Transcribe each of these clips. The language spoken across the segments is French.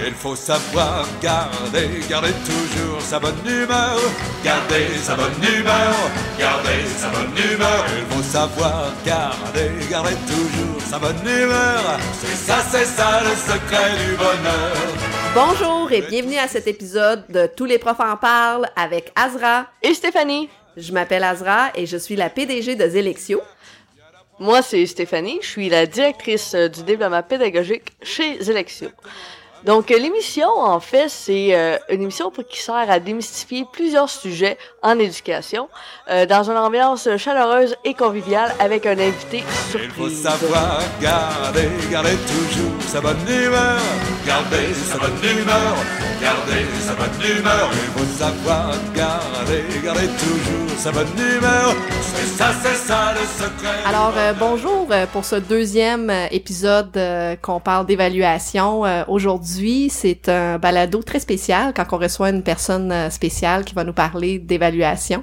Il faut savoir garder toujours sa bonne humeur. Garder sa bonne humeur, garder sa bonne humeur. Il faut savoir garder toujours sa bonne humeur. C'est ça le secret du bonheur. Bonjour et bienvenue à cet épisode de Tous les profs en parlent avec Azra et Stéphanie. Je m'appelle Azra et je suis la PDG de Zélexio. Moi, c'est Stéphanie, je suis la directrice du développement pédagogique chez Zélexio. Donc, l'émission, en fait, c'est une émission qui sert à démystifier plusieurs sujets en éducation dans une ambiance chaleureuse et conviviale avec un invité surprise. Il faut savoir garder toujours sa bonne humeur. Garder sa bonne humeur, garder sa bonne humeur. Il faut savoir garder toujours sa bonne humeur. C'est ça le secret. Alors, bonjour pour ce deuxième épisode qu'on parle d'évaluation. Aujourd'hui, c'est un balado très spécial quand on reçoit une personne spéciale qui va nous parler d'évaluation.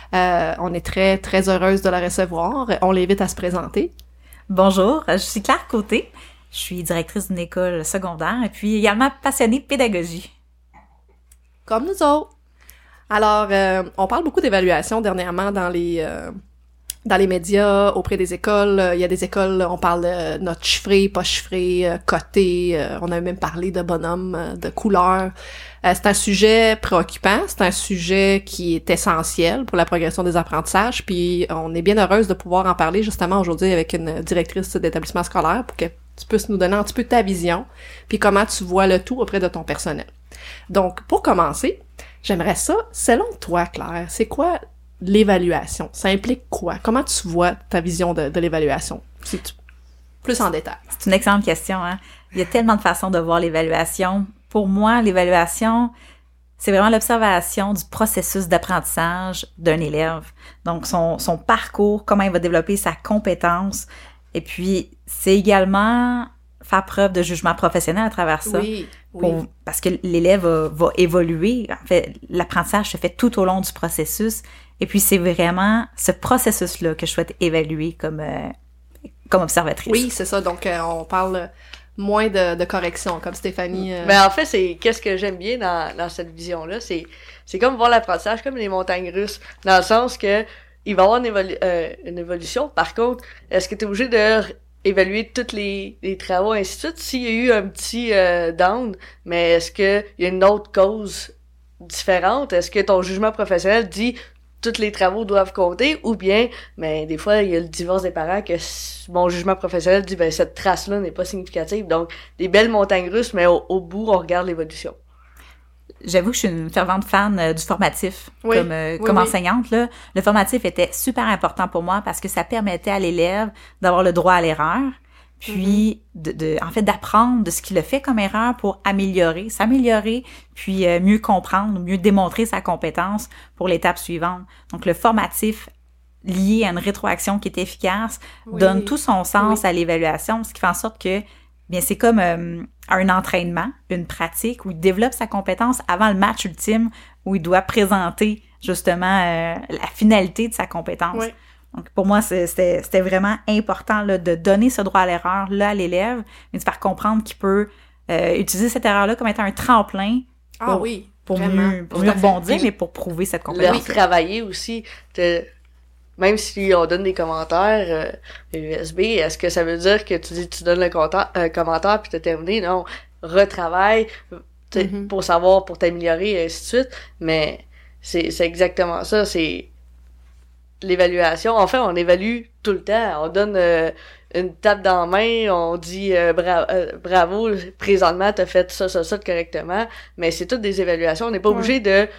On est très, très heureuse de la recevoir. On l'invite à se présenter. Bonjour, je suis Claire Côté. Je suis directrice d'une école secondaire et puis également passionnée de pédagogie. Comme nous autres. Alors, on parle beaucoup d'évaluation dernièrement dans les médias, auprès des écoles. Il y a des écoles, on parle de notes chiffrées, pas chiffrées, cotées. On a même parlé de bonhommes, de couleurs. C'est un sujet préoccupant, c'est un sujet qui est essentiel pour la progression des apprentissages, puis on est bien heureuse de pouvoir en parler justement aujourd'hui avec une directrice d'établissement scolaire pour que tu puisses nous donner un petit peu ta vision, puis comment tu vois le tout auprès de ton personnel. Donc, pour commencer, j'aimerais ça, selon toi, Claire, c'est quoi l'évaluation? Ça implique quoi? Comment tu vois ta vision de l'évaluation? Plus en détail. C'est une excellente question, hein? Il y a tellement de façons de voir l'évaluation. Pour moi, l'évaluation, c'est vraiment l'observation du processus d'apprentissage d'un élève. Donc, son parcours, comment il va développer sa compétence. Et puis, c'est également faire preuve de jugement professionnel à travers ça. Oui. Parce que l'élève va évoluer. En fait, l'apprentissage se fait tout au long du processus. Et puis, c'est vraiment ce processus-là que je souhaite évaluer comme observatrice. Oui, c'est ça. Donc, on parle moins de correction, comme Stéphanie. Mais en fait, qu'est-ce que j'aime bien dans cette vision-là, c'est comme voir l'apprentissage comme les montagnes russes, dans le sens que il va y avoir une évolution. Par contre, est-ce que tu es obligé de évaluer tous les travaux, ainsi de suite? S'il y a eu un petit down, mais est-ce qu'il y a une autre cause différente? Est-ce que ton jugement professionnel dit tous les travaux doivent compter, ou bien, mais des fois, il y a le divorce des parents que mon jugement professionnel dit, ben, cette trace-là n'est pas significative. Donc, des belles montagnes russes, mais au bout, on regarde l'évolution. J'avoue que je suis une fervente fan du formatif comme enseignante, là. Le formatif était super important pour moi parce que ça permettait à l'élève d'avoir le droit à l'erreur, puis en fait d'apprendre de ce qu'il a fait comme erreur pour s'améliorer, puis mieux comprendre, mieux démontrer sa compétence pour l'étape suivante. Donc le formatif lié à une rétroaction qui est efficace donne tout son sens à l'évaluation, ce qui fait en sorte que bien c'est comme un entraînement, une pratique où il développe sa compétence avant le match ultime où il doit présenter justement la finalité de sa compétence. Oui. Donc, pour moi, c'était vraiment important là, de donner ce droit à l'erreur là à l'élève, mais de faire comprendre qu'il peut utiliser cette erreur-là comme étant un tremplin pour mieux rebondir, mais pour prouver cette compétence. Le travailler aussi, même si on donne des commentaires USB, est-ce que ça veut dire que tu donnes le commentaire puis t'as terminé? Non, retravaille pour savoir, pour t'améliorer, et ainsi de suite. Mais c'est exactement ça, c'est l'évaluation. En fait, on évalue tout le temps. On donne une tape dans la main, on dit bravo, présentement, t'as fait ça correctement. Mais c'est toutes des évaluations. On n'est pas obligé de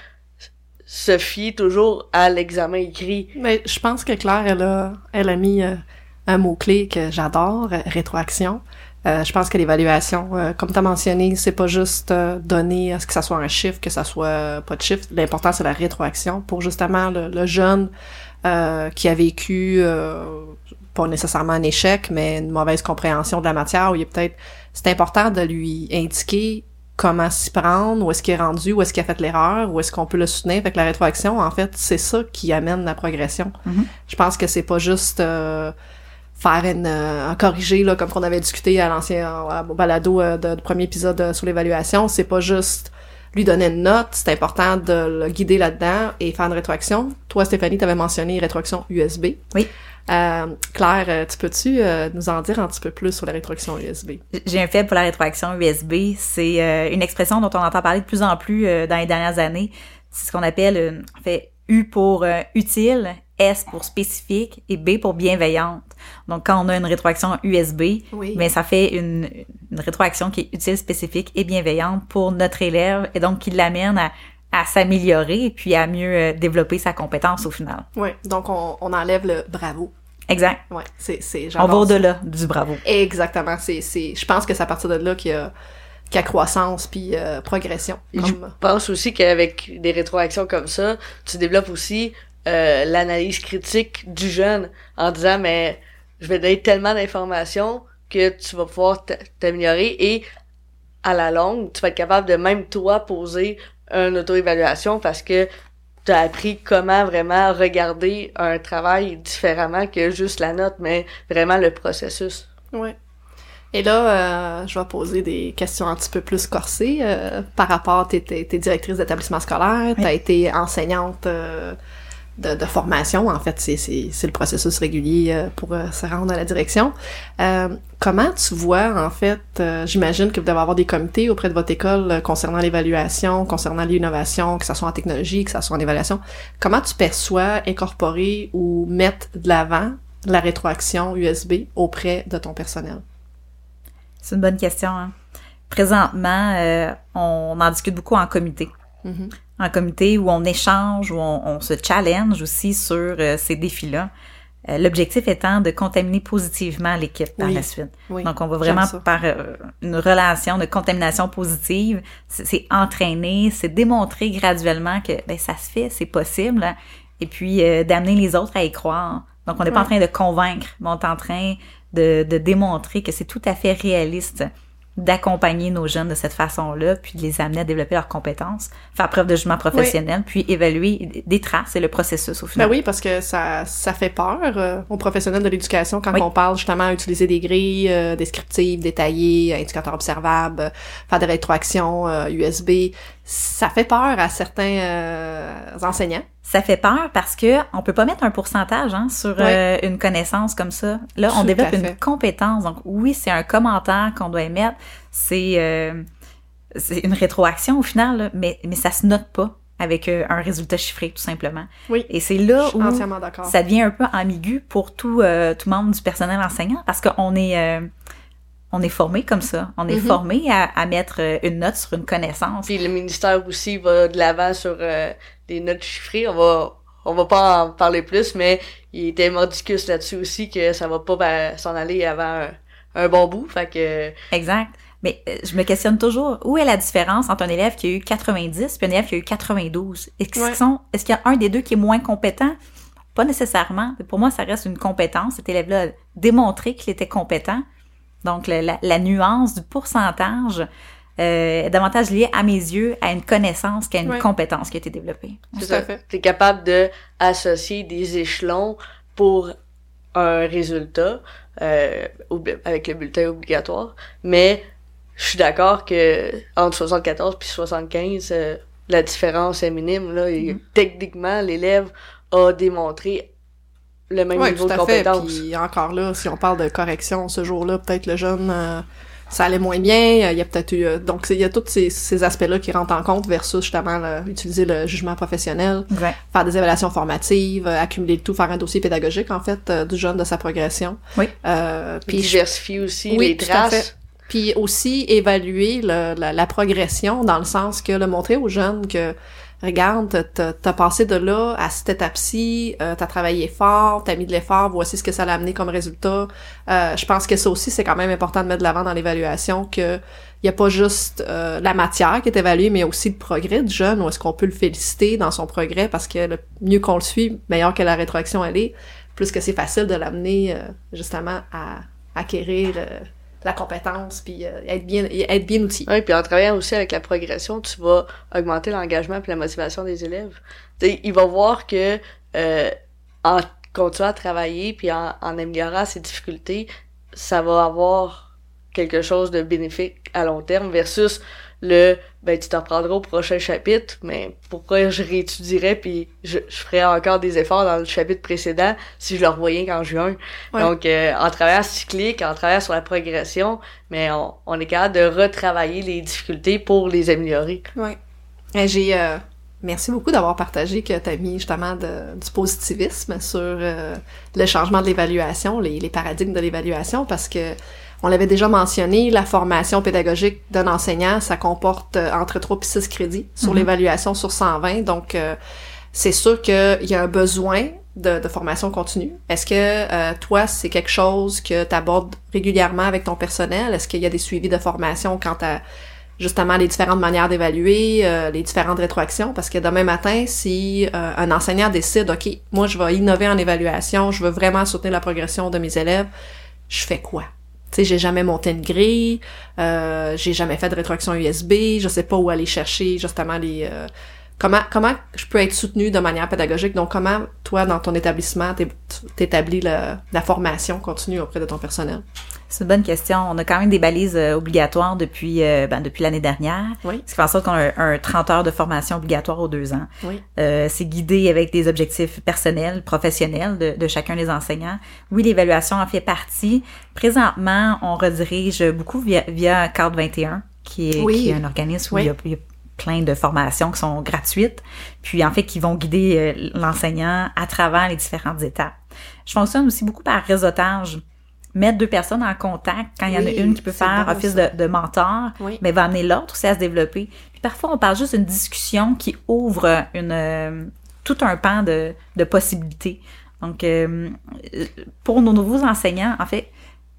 se fier toujours à l'examen écrit. Mais je pense que Claire, elle a mis un mot-clé que j'adore, rétroaction. Je pense que l'évaluation, comme tu as mentionné, c'est pas juste donner à ce que ça soit un chiffre, que ça soit pas de chiffre. L'important, c'est la rétroaction pour justement le jeune qui a vécu pas nécessairement un échec, mais une mauvaise compréhension de la matière, où il est peut-être, c'est important de lui indiquer comment s'y prendre, où est-ce qu'il est rendu, où est-ce qu'il a fait l'erreur, où est-ce qu'on peut le soutenir. Fait que la rétroaction, en fait, c'est ça qui amène la progression. Mm-hmm. Je pense que c'est pas juste faire un corrigé, là, comme qu'on avait discuté à l'ancien au balado du premier épisode sur l'évaluation. C'est pas juste lui donner une note, c'est important de le guider là-dedans et faire une rétroaction. Toi, Stéphanie, t'avais mentionné rétroaction USB. Oui. Claire, tu peux-tu nous en dire un petit peu plus sur la rétroaction USB? J'ai un faible pour la rétroaction USB. C'est une expression dont on entend parler de plus en plus dans les dernières années. C'est ce qu'on appelle, en fait, U pour utile, S pour spécifique et B pour bienveillante. Donc, quand on a une rétroaction USB, mais ça fait une rétroaction qui est utile, spécifique et bienveillante pour notre élève et donc qui l'amène à s'améliorer et puis à mieux développer sa compétence au final. Oui, donc on enlève le bravo. Exact. Ouais, c'est on va au-delà du bravo. Exactement, je pense que c'est à partir de là qu'il y a croissance puis progression. Je pense aussi qu'avec des rétroactions comme ça, tu développes aussi l'analyse critique du jeune en disant mais je vais donner tellement d'informations que tu vas pouvoir t'améliorer et à la longue, tu vas être capable de même toi poser une auto-évaluation parce que tu as appris comment vraiment regarder un travail différemment que juste la note, mais vraiment le processus. Ouais. Et là, je vais poser des questions un petit peu plus corsées par rapport à t'es directrice d'établissement scolaire, t'as été enseignante de formation, en fait, c'est le processus régulier pour se rendre à la direction. Comment tu vois, en fait, j'imagine que vous devez avoir des comités auprès de votre école concernant l'évaluation, concernant l'innovation, que ce soit en technologie, que ce soit en évaluation. Comment tu perçois incorporer ou mettre de l'avant la rétroaction USB auprès de ton personnel? C'est une bonne question, hein. Présentement, on en discute beaucoup en comité. Mm-hmm. En comité où on échange, où on se challenge aussi sur ces défis-là. L'objectif étant de contaminer positivement l'équipe par la suite. Oui, donc, on va vraiment par une relation de contamination positive. C'est entraîner, c'est démontrer graduellement que ça se fait, c'est possible. Hein, et puis, d'amener les autres à y croire. Donc, on n'est pas en train de convaincre, mais on est en train de démontrer que c'est tout à fait réaliste d'accompagner nos jeunes de cette façon-là, puis de les amener à développer leurs compétences, faire preuve de jugement professionnel, puis évaluer des traces et le processus au final. Ben oui, parce que ça fait peur aux professionnels de l'éducation quand on parle justement à utiliser des grilles descriptives, détaillées, indicateurs observables, faire des rétroactions USB. Ça fait peur à certains enseignants. Ça fait peur parce que on peut pas mettre un pourcentage sur une connaissance comme ça. Là, on développe une compétence. Donc oui, c'est un commentaire qu'on doit émettre. C'est une rétroaction au final, là, mais ça se note pas avec un résultat chiffré, tout simplement. Oui. Et c'est là où ça devient un peu ambigu pour tout membre du personnel enseignant parce qu'on on est formé comme ça. On est formé à mettre une note sur une connaissance. Puis le ministère aussi va de l'avant sur des notes chiffrées. On va pas en parler plus, mais il était mordicus là-dessus aussi que ça va pas s'en aller avant un bon bout. Fait que... Exact. Mais je me questionne toujours, où est la différence entre un élève qui a eu 90 et un élève qui a eu 92? Est-ce qu'il y a un des deux qui est moins compétent? Pas nécessairement. Pour moi, ça reste une compétence. Cet élève-là a démontré qu'il était compétent. Donc, la nuance du pourcentage est davantage liée, à mes yeux, à une connaissance qu'à une compétence qui a été développée. C'est ça. T'es capable de associer des échelons pour un résultat avec le bulletin obligatoire, mais je suis d'accord que entre 74 puis 75, la différence est minime. Là, et techniquement, l'élève a démontré le même niveau de compétence. Puis encore là, si on parle de correction ce jour-là, peut-être le jeune, ça allait moins bien, il y a peut-être eu... donc, il y a tous ces aspects-là qui rentrent en compte versus, justement, utiliser le jugement professionnel, faire des évaluations formatives, accumuler le tout, faire un dossier pédagogique, en fait, du jeune, de sa progression. Oui. Puis diversifier aussi les traces. Puis aussi évaluer la progression, dans le sens que le montrer aux jeunes que regarde, t'as passé de là à cette étape-ci, t'as travaillé fort, t'as mis de l'effort, voici ce que ça l'a amené comme résultat. Je pense que ça aussi, c'est quand même important de mettre de l'avant dans l'évaluation, que y a pas juste la matière qui est évaluée, mais aussi le progrès du jeune, où est-ce qu'on peut le féliciter dans son progrès, parce que le mieux qu'on le suit, meilleur que la rétroaction elle est, plus que c'est facile de l'amener justement à acquérir la compétence, puis être bien outillé. Oui, puis en travaillant aussi avec la progression, tu vas augmenter l'engagement puis la motivation des élèves. T'sais, ils vont voir que en continuant à travailler puis en améliorant ses difficultés, ça va avoir quelque chose de bénéfique à long terme versus tu t'en prendras au prochain chapitre, mais pourquoi je réétudierais puis je ferais encore des efforts dans le chapitre précédent si je le revoyais qu'en juin. Ouais. Donc, en travaillant cyclique, en travaillant sur la progression, mais on est capable de retravailler les difficultés pour les améliorer. Oui. Merci beaucoup d'avoir partagé que tu as mis justement du positivisme sur le changement de l'évaluation, les paradigmes de l'évaluation, parce que on l'avait déjà mentionné, la formation pédagogique d'un enseignant, ça comporte entre 3 et 6 crédits sur l'évaluation sur 120. Donc, c'est sûr qu'il y a un besoin de formation continue. Est-ce que toi, c'est quelque chose que tu abordes régulièrement avec ton personnel? Est-ce qu'il y a des suivis de formation quant à justement les différentes manières d'évaluer, les différentes rétroactions? Parce que demain matin, si un enseignant décide, OK, moi, je vais innover en évaluation, je veux vraiment soutenir la progression de mes élèves, je fais quoi? Tu sais, j'ai jamais monté une grille, j'ai jamais fait de rétroaction USB, je sais pas où aller chercher justement les... Comment je peux être soutenu de manière pédagogique? Donc, comment, toi, dans ton établissement, t'établis la formation continue auprès de ton personnel? C'est une bonne question. On a quand même des balises obligatoires depuis l'année dernière. Oui. Ce qui fait en sorte qu'on a un 30 heures de formation obligatoire aux 2 ans. Oui. C'est guidé avec des objectifs personnels, professionnels de chacun des enseignants. Oui, l'évaluation en fait partie. Présentement, on redirige beaucoup via Cadre 21, qui est un organisme où il y a plein de formations qui sont gratuites, puis en fait qui vont guider l'enseignant à travers les différentes étapes. Je fonctionne aussi beaucoup par réseautage. Mettre 2 personnes en contact, quand il y en a une qui peut faire office de mentor, mais va amener l'autre aussi à se développer. Puis parfois, on parle juste d'une discussion qui ouvre tout un pan de possibilités. Donc, pour nos nouveaux enseignants, en fait,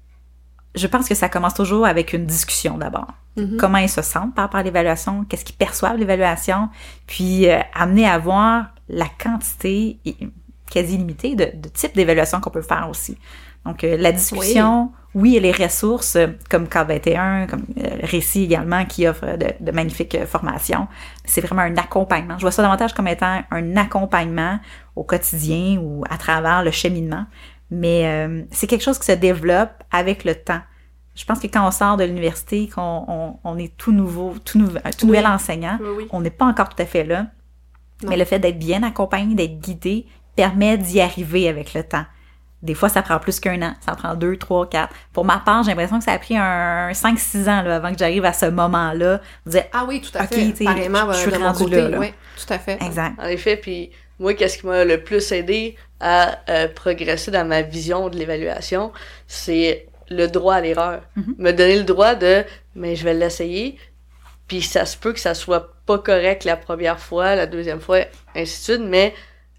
je pense que ça commence toujours avec une discussion d'abord. Mm-hmm. Comment ils se sentent par rapport à l'évaluation, qu'est-ce qu'ils perçoivent l'évaluation, puis amener à voir la quantité quasi limitée de types d'évaluation qu'on peut faire aussi. Donc, la discussion, oui, et les ressources, comme Cadre 21, comme Récit également, qui offre de magnifiques formations. C'est vraiment un accompagnement. Je vois ça davantage comme étant un accompagnement au quotidien ou à travers le cheminement. Mais c'est quelque chose qui se développe avec le temps. Je pense que quand on sort de l'université, qu'on est tout nouvel enseignant, on n'est pas encore tout à fait là. Non. Mais le fait d'être bien accompagné, d'être guidé, permet d'y arriver avec le temps. Des fois, ça prend plus qu'1 an. Ça prend 2, 3, 4. Pour ma part, j'ai l'impression que ça a pris 5-6 ans là, avant que j'arrive à ce moment-là. De dire, ah oui, tout à fait. Pareillement, je suis rendue là. Oui, tout à fait. Exact. En effet, puis moi, qu'est-ce qui m'a le plus aidé à progresser dans ma vision de l'évaluation, c'est le droit à l'erreur. Mm-hmm. Me donner le droit mais je vais l'essayer, puis ça se peut que ça soit pas correct la première fois, la deuxième fois, ainsi de suite, mais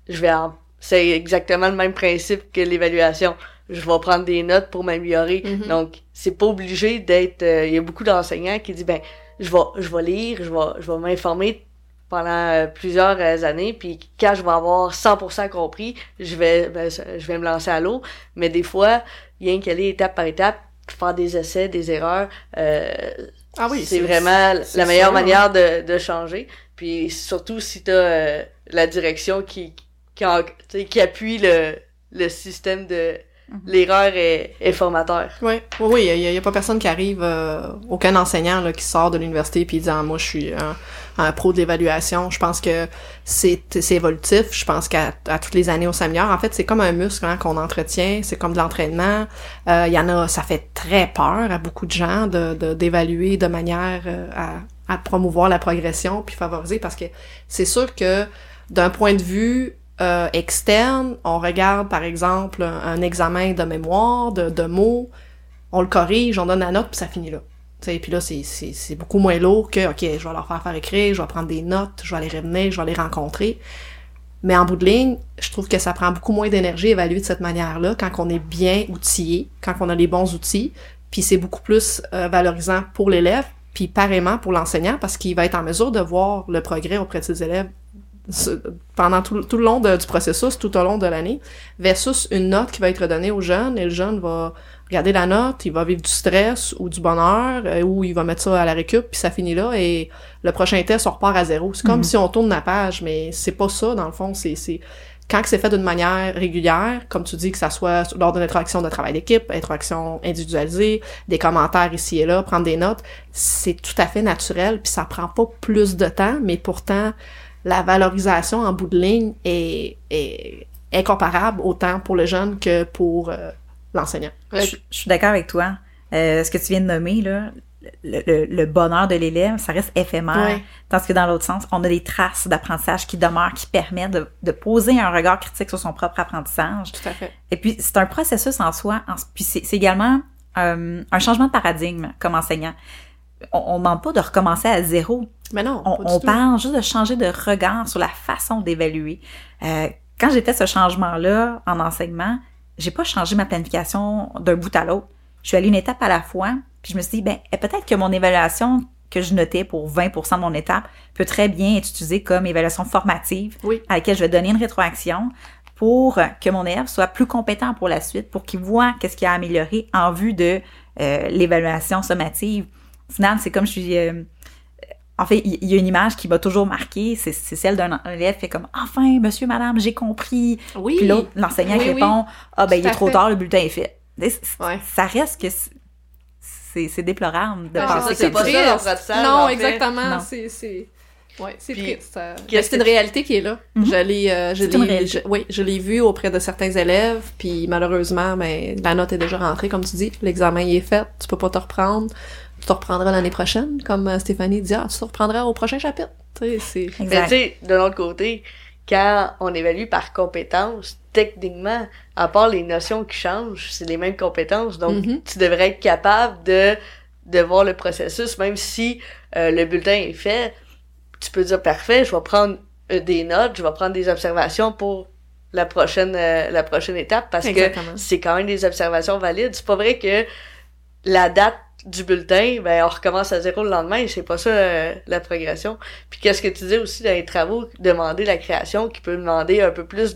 c'est exactement le même principe que l'évaluation. Je vais prendre des notes pour m'améliorer. Mm-hmm. Donc, c'est pas obligé d'être... Il y a beaucoup d'enseignants qui disent, je vais lire, je vais m'informer pendant plusieurs années, puis quand je vais avoir 100% compris, je vais me lancer à l'eau. Mais des fois, rien qu'aller étape par étape, faire des essais, des erreurs, c'est vraiment la meilleure manière de changer. Puis surtout si t'as la direction qui appuie le système de l'erreur est formateur. Oui, il y a pas personne qui arrive, aucun enseignant là qui sort de l'université puis dit moi je suis un pro de l'évaluation. Je pense que c'est évolutif. Je pense qu'à toutes les années on s'améliore. En fait, c'est comme un muscle qu'on entretient, c'est comme de l'entraînement. Il y en a, ça fait très peur à beaucoup de gens d'évaluer de manière à promouvoir la progression puis favoriser, parce que c'est sûr que d'un point de vue externe, on regarde par exemple un examen de mémoire, de mots, on le corrige, on donne la note puis ça finit là. T'sais, puis là c'est beaucoup moins lourd que OK, je vais leur faire écrire, je vais prendre des notes, je vais les revenir, je vais les rencontrer. Mais en bout de ligne, je trouve que ça prend beaucoup moins d'énergie évaluer de cette manière-là quand on est bien outillé, quand on a les bons outils, puis c'est beaucoup plus valorisant pour l'élève, puis pareillement pour l'enseignant, parce qu'il va être en mesure de voir le progrès auprès de ses élèves pendant tout le long du processus, tout au long de l'année, versus une note qui va être donnée au jeune, et le jeune va regarder la note, il va vivre du stress ou du bonheur, ou il va mettre ça à la récup, puis ça finit là, et le prochain test, on repart à zéro. C'est comme si on tourne la page, mais c'est pas ça, dans le fond. C'est quand c'est fait d'une manière régulière, comme tu dis, que ça soit lors d'une interaction de travail d'équipe, interaction individualisée, des commentaires ici et là, prendre des notes, c'est tout à fait naturel, puis ça prend pas plus de temps, mais pourtant, la valorisation en bout de ligne est incomparable autant pour le jeune que pour l'enseignant. Je suis d'accord avec toi. Ce que tu viens de nommer, là, le bonheur de l'élève, ça reste éphémère. Ouais. Tandis que dans l'autre sens, on a des traces d'apprentissage qui demeurent, qui permettent de poser un regard critique sur son propre apprentissage. Tout à fait. Et puis, c'est un processus en soi. Puis c'est également un changement de paradigme comme enseignant. On ne demande pas de recommencer à zéro. Mais non, on parle juste de changer de regard sur la façon d'évaluer. Quand j'ai fait ce changement-là en enseignement, j'ai pas changé ma planification d'un bout à l'autre. Je suis allée une étape à la fois, puis je me suis dit, peut-être que mon évaluation que je notais pour 20% de mon étape peut très bien être utilisée comme évaluation formative, à laquelle je vais donner une rétroaction pour que mon élève soit plus compétent pour la suite, pour qu'il voit qu'est-ce qu'il a amélioré en vue de l'évaluation sommative. Au final, c'est comme je suis... en fait, il y a une image qui m'a toujours marquée, c'est celle d'un élève qui fait comme « Enfin, monsieur, madame, j'ai compris! » Oui. Puis l'autre, l'enseignant qui répond « Ah, il est trop tard, le bulletin est fait. » Ça reste que c'est déplorable de penser c'est comme pas ça. ça l'apprentissage. Non, en fait. exactement. Non. C'est Puis, triste. C'est une réalité qui est là. Je l'ai vu auprès de certains élèves, puis malheureusement, la note est déjà rentrée, comme tu dis. L'examen y est fait, tu peux pas te reprendre. Tu te reprendras l'année prochaine, comme Stéphanie dit, tu te reprendras au prochain chapitre. Mais tu sais, de l'autre côté, quand on évalue par compétences, techniquement, à part les notions qui changent, c'est les mêmes compétences. Donc, tu devrais être capable de voir le processus, même si le bulletin est fait, tu peux dire, parfait, je vais prendre des notes, je vais prendre des observations pour la prochaine étape, parce Exactement. que c'est quand même des observations valides. C'est pas vrai que la date du bulletin, on recommence à zéro le lendemain, et c'est pas ça la progression. Puis qu'est-ce que tu dis aussi dans les travaux, demander la création, qui peut demander un peu plus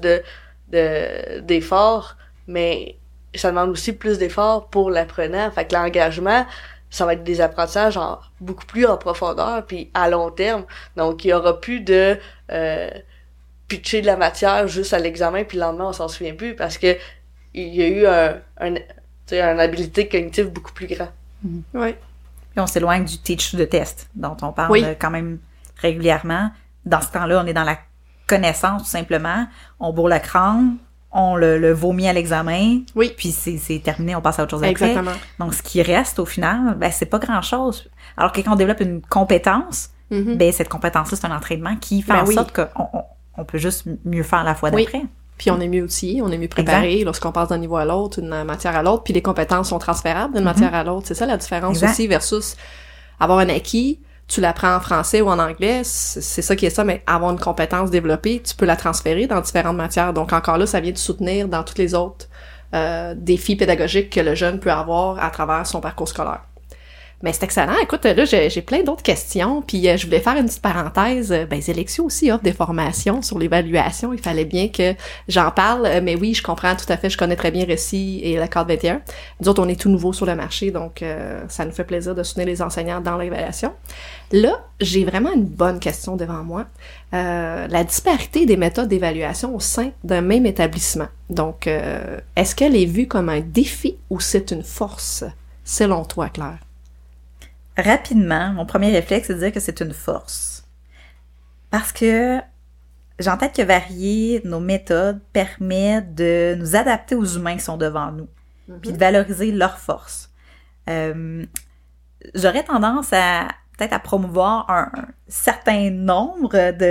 d'efforts, mais ça demande aussi plus d'efforts pour l'apprenant. Fait que l'engagement, ça va être des apprentissages beaucoup plus en profondeur, puis à long terme. Donc, il y aura plus de pitcher de la matière juste à l'examen, puis le lendemain, on s'en souvient plus, parce que il y a eu une habilité cognitive beaucoup plus grande. Oui. Puis on s'éloigne du teach to the test, dont on parle quand même régulièrement. Dans ce temps-là, on est dans la connaissance, tout simplement. On bourre le crâne, on le vomit à l'examen, puis c'est terminé, on passe à autre chose après. Exactement. Donc, ce qui reste, au final, c'est pas grand-chose. Alors que quand on développe une compétence, cette compétence-là, c'est un entraînement qui fait en sorte qu'on peut juste mieux faire la fois d'après. Puis on est mieux outillé, on est mieux préparé lorsqu'on passe d'un niveau à l'autre, d'une matière à l'autre, puis les compétences sont transférables d'une matière à l'autre. C'est ça la différence aussi versus avoir un acquis, tu l'apprends en français ou en anglais, c'est ça qui est ça, mais avoir une compétence développée, tu peux la transférer dans différentes matières. Donc encore là, ça vient te soutenir dans tous les autres défis pédagogiques que le jeune peut avoir à travers son parcours scolaire. Mais c'est excellent. Écoute, là, j'ai plein d'autres questions, puis je voulais faire une petite parenthèse. Zélection aussi offre des formations sur l'évaluation. Il fallait bien que j'en parle, mais oui, je comprends tout à fait. Je connais très bien Récit et la Cadre 21. Nous autres, on est tout nouveau sur le marché, donc ça nous fait plaisir de soutenir les enseignants dans l'évaluation. Là, j'ai vraiment une bonne question devant moi. La disparité des méthodes d'évaluation au sein d'un même établissement. Donc, est-ce qu'elle est vue comme un défi ou c'est une force, selon toi, Claire? Rapidement, mon premier réflexe, c'est de dire que c'est une force. Parce que j'ai en tête que varier nos méthodes permet de nous adapter aux humains qui sont devant nous, puis de valoriser leurs forces. J'aurais tendance peut-être à promouvoir un certain nombre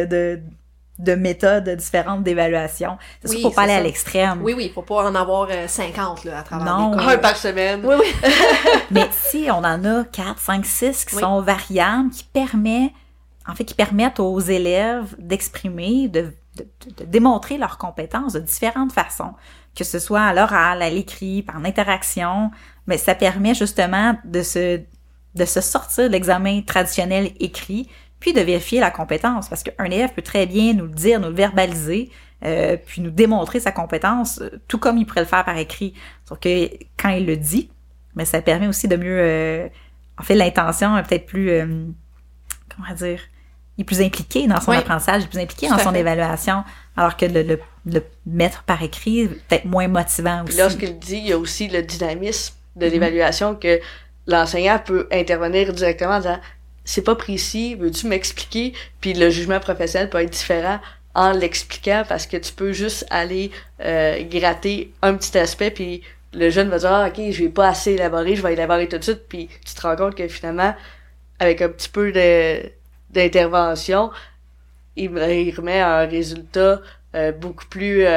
de méthodes différentes d'évaluation. C'est sûr qu'il ne faut pas aller à l'extrême. Oui, il ne faut pas en avoir 50 là, à travers l'école. Un par semaine. Oui. Mais si on en a 4, 5, 6 qui sont variables, qui permettent aux élèves d'exprimer, de démontrer leurs compétences de différentes façons, que ce soit à l'oral, à l'écrit, par l'interaction, mais ça permet justement de se sortir de l'examen traditionnel écrit, puis de vérifier la compétence, parce qu'un élève peut très bien nous le dire, nous le verbaliser, puis nous démontrer sa compétence, tout comme il pourrait le faire par écrit. Sauf que quand il le dit, mais ça permet aussi de mieux... l'intention est peut-être plus... il est plus impliqué dans son apprentissage, il est plus impliqué dans son évaluation. Alors que le mettre par écrit, peut-être moins motivant aussi. Puis lorsqu'il dit, il y a aussi le dynamisme de l'évaluation que l'enseignant peut intervenir directement en disant « c'est pas précis, veux-tu m'expliquer? » Puis le jugement professionnel peut être différent en l'expliquant parce que tu peux juste aller gratter un petit aspect puis le jeune va dire « ah, ok, je vais pas assez élaborer, je vais élaborer tout de suite. » Puis tu te rends compte que finalement, avec un petit peu d'intervention, il remet un résultat beaucoup plus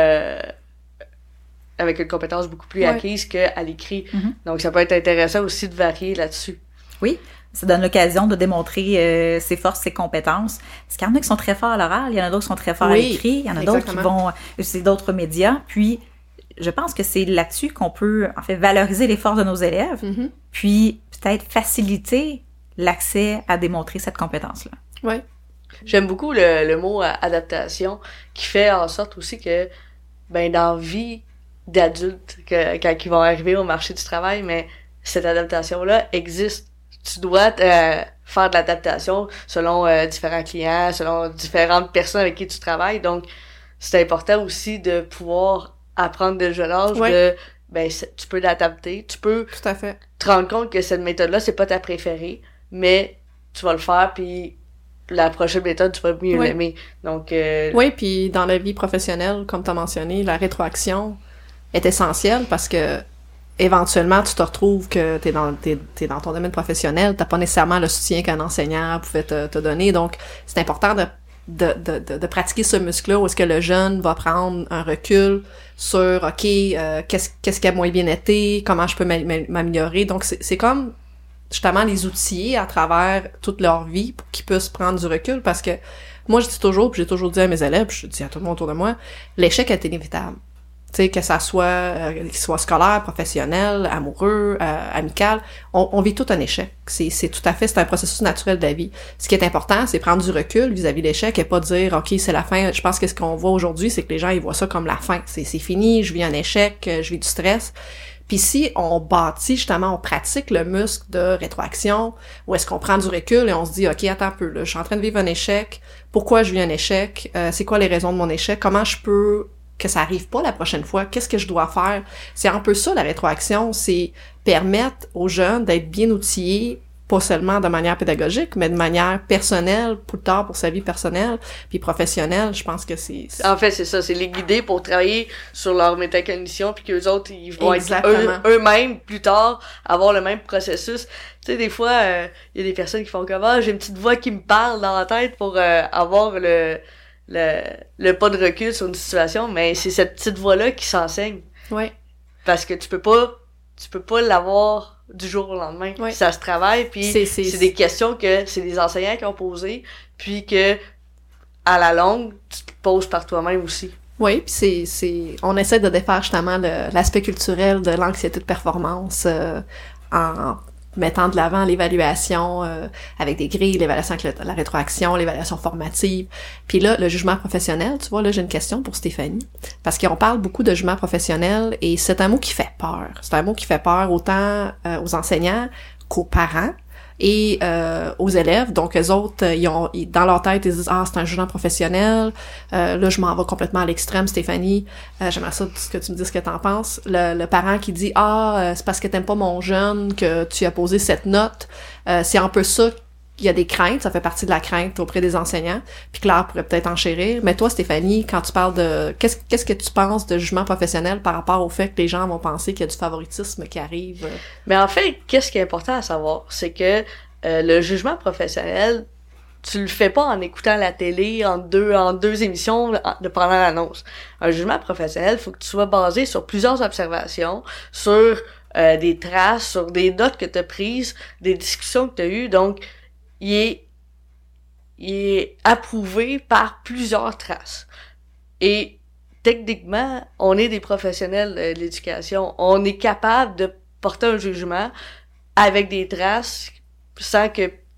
avec une compétence beaucoup plus acquise qu'à l'écrit. Donc ça peut être intéressant aussi de varier là-dessus. Oui, ça donne l'occasion de démontrer ses forces, ses compétences. Parce qu'il y en a qui sont très forts à l'oral, il y en a d'autres qui sont très forts à l'écrit, il y en a d'autres qui vont utiliser d'autres médias. Puis je pense que c'est là-dessus qu'on peut en fait valoriser les forces de nos élèves, puis peut-être faciliter l'accès à démontrer cette compétence-là. Oui. J'aime beaucoup le mot adaptation qui fait en sorte aussi que ben dans la vie d'adultes quand ils vont arriver au marché du travail, mais cette adaptation-là existe. Tu dois faire de l'adaptation selon différents clients, selon différentes personnes avec qui tu travailles. Donc, c'est important aussi de pouvoir apprendre de jeune âge de tu peux l'adapter, tu peux tout à fait te rendre compte que cette méthode-là, c'est pas ta préférée, mais tu vas le faire, puis la prochaine méthode, tu vas mieux l'aimer. Donc, oui, puis dans la vie professionnelle, comme tu as mentionné, la rétroaction est essentielle parce que éventuellement, tu te retrouves que t'es dans ton domaine professionnel, t'as pas nécessairement le soutien qu'un enseignant pouvait te donner, donc c'est important de pratiquer ce muscle-là où est-ce que le jeune va prendre un recul sur, OK, qu'est-ce qui a moins bien été, comment je peux m'améliorer, donc c'est comme justement les outiller à travers toute leur vie pour qu'ils puissent prendre du recul, parce que moi, je dis toujours, puis j'ai toujours dit à mes élèves, puis je dis à tout le monde autour de moi, l'échec est inévitable. Tu sais, que ça soit qu'il soit scolaire, professionnel, amoureux, amical, on vit tout un échec. C'est tout à fait, c'est un processus naturel de la vie. Ce qui est important, c'est prendre du recul vis-à-vis de l'échec et pas dire, OK, c'est la fin. Je pense que ce qu'on voit aujourd'hui, c'est que les gens, ils voient ça comme la fin. C'est fini, je vis un échec, je vis du stress. Puis si on bâtit, justement, on pratique le muscle de rétroaction, ou est-ce qu'on prend du recul et on se dit, OK, attends un peu, là, je suis en train de vivre un échec, pourquoi je vis un échec, c'est quoi les raisons de mon échec, comment je peux que ça arrive pas la prochaine fois, qu'est-ce que je dois faire? C'est un peu ça, la rétroaction, c'est permettre aux jeunes d'être bien outillés, pas seulement de manière pédagogique, mais de manière personnelle, plus tard pour sa vie personnelle, puis professionnelle, je pense que c'est... En fait, c'est ça, c'est les guider pour travailler sur leur métacognition, puis qu'eux autres, ils vont être eux-mêmes, plus tard, avoir le même processus. Tu sais, des fois, il y a des personnes qui font comme « Ah, j'ai une petite voix qui me parle dans la tête pour avoir le pas de recul sur une situation », mais c'est cette petite voix-là qui s'enseigne. Oui. Parce que tu peux pas l'avoir du jour au lendemain. Oui. Ça se travaille, puis c'est des questions que c'est des enseignants qui ont posées, puis que à la longue, tu te poses par toi-même aussi. Oui, puis on essaie de défaire justement l'aspect culturel de l'anxiété de performance en mettant de l'avant l'évaluation avec des grilles, l'évaluation avec la rétroaction, l'évaluation formative. Puis là, le jugement professionnel, tu vois, là, j'ai une question pour Stéphanie. Parce qu'on parle beaucoup de jugement professionnel et c'est un mot qui fait peur. C'est un mot qui fait peur autant aux enseignants qu'aux parents et aux élèves. Donc, eux autres, dans leur tête, ils disent « Ah, c'est un jugement professionnel. Là, je m'en vais complètement à l'extrême, Stéphanie. J'aimerais ça que tu me dises ce que t'en penses. » Le parent qui dit « Ah, c'est parce que t'aimes pas mon jeune que tu as posé cette note. » C'est un peu ça. Il y a des craintes, ça fait partie de la crainte auprès des enseignants. Puis Claire pourrait peut-être enchérir. Mais toi, Stéphanie, quand tu parles de... Qu'est-ce que tu penses de jugement professionnel par rapport au fait que les gens vont penser qu'il y a du favoritisme qui arrive? Mais en fait, qu'est-ce qui est important à savoir? C'est que le jugement professionnel, tu le fais pas en écoutant la télé en deux émissions pendant l'annonce. Un jugement professionnel, il faut que tu sois basé sur plusieurs observations, sur des traces, sur des notes que tu as prises, des discussions que tu as eues. Donc, il est approuvé par plusieurs traces. Et techniquement, on est des professionnels de l'éducation. On est capable de porter un jugement avec des traces sans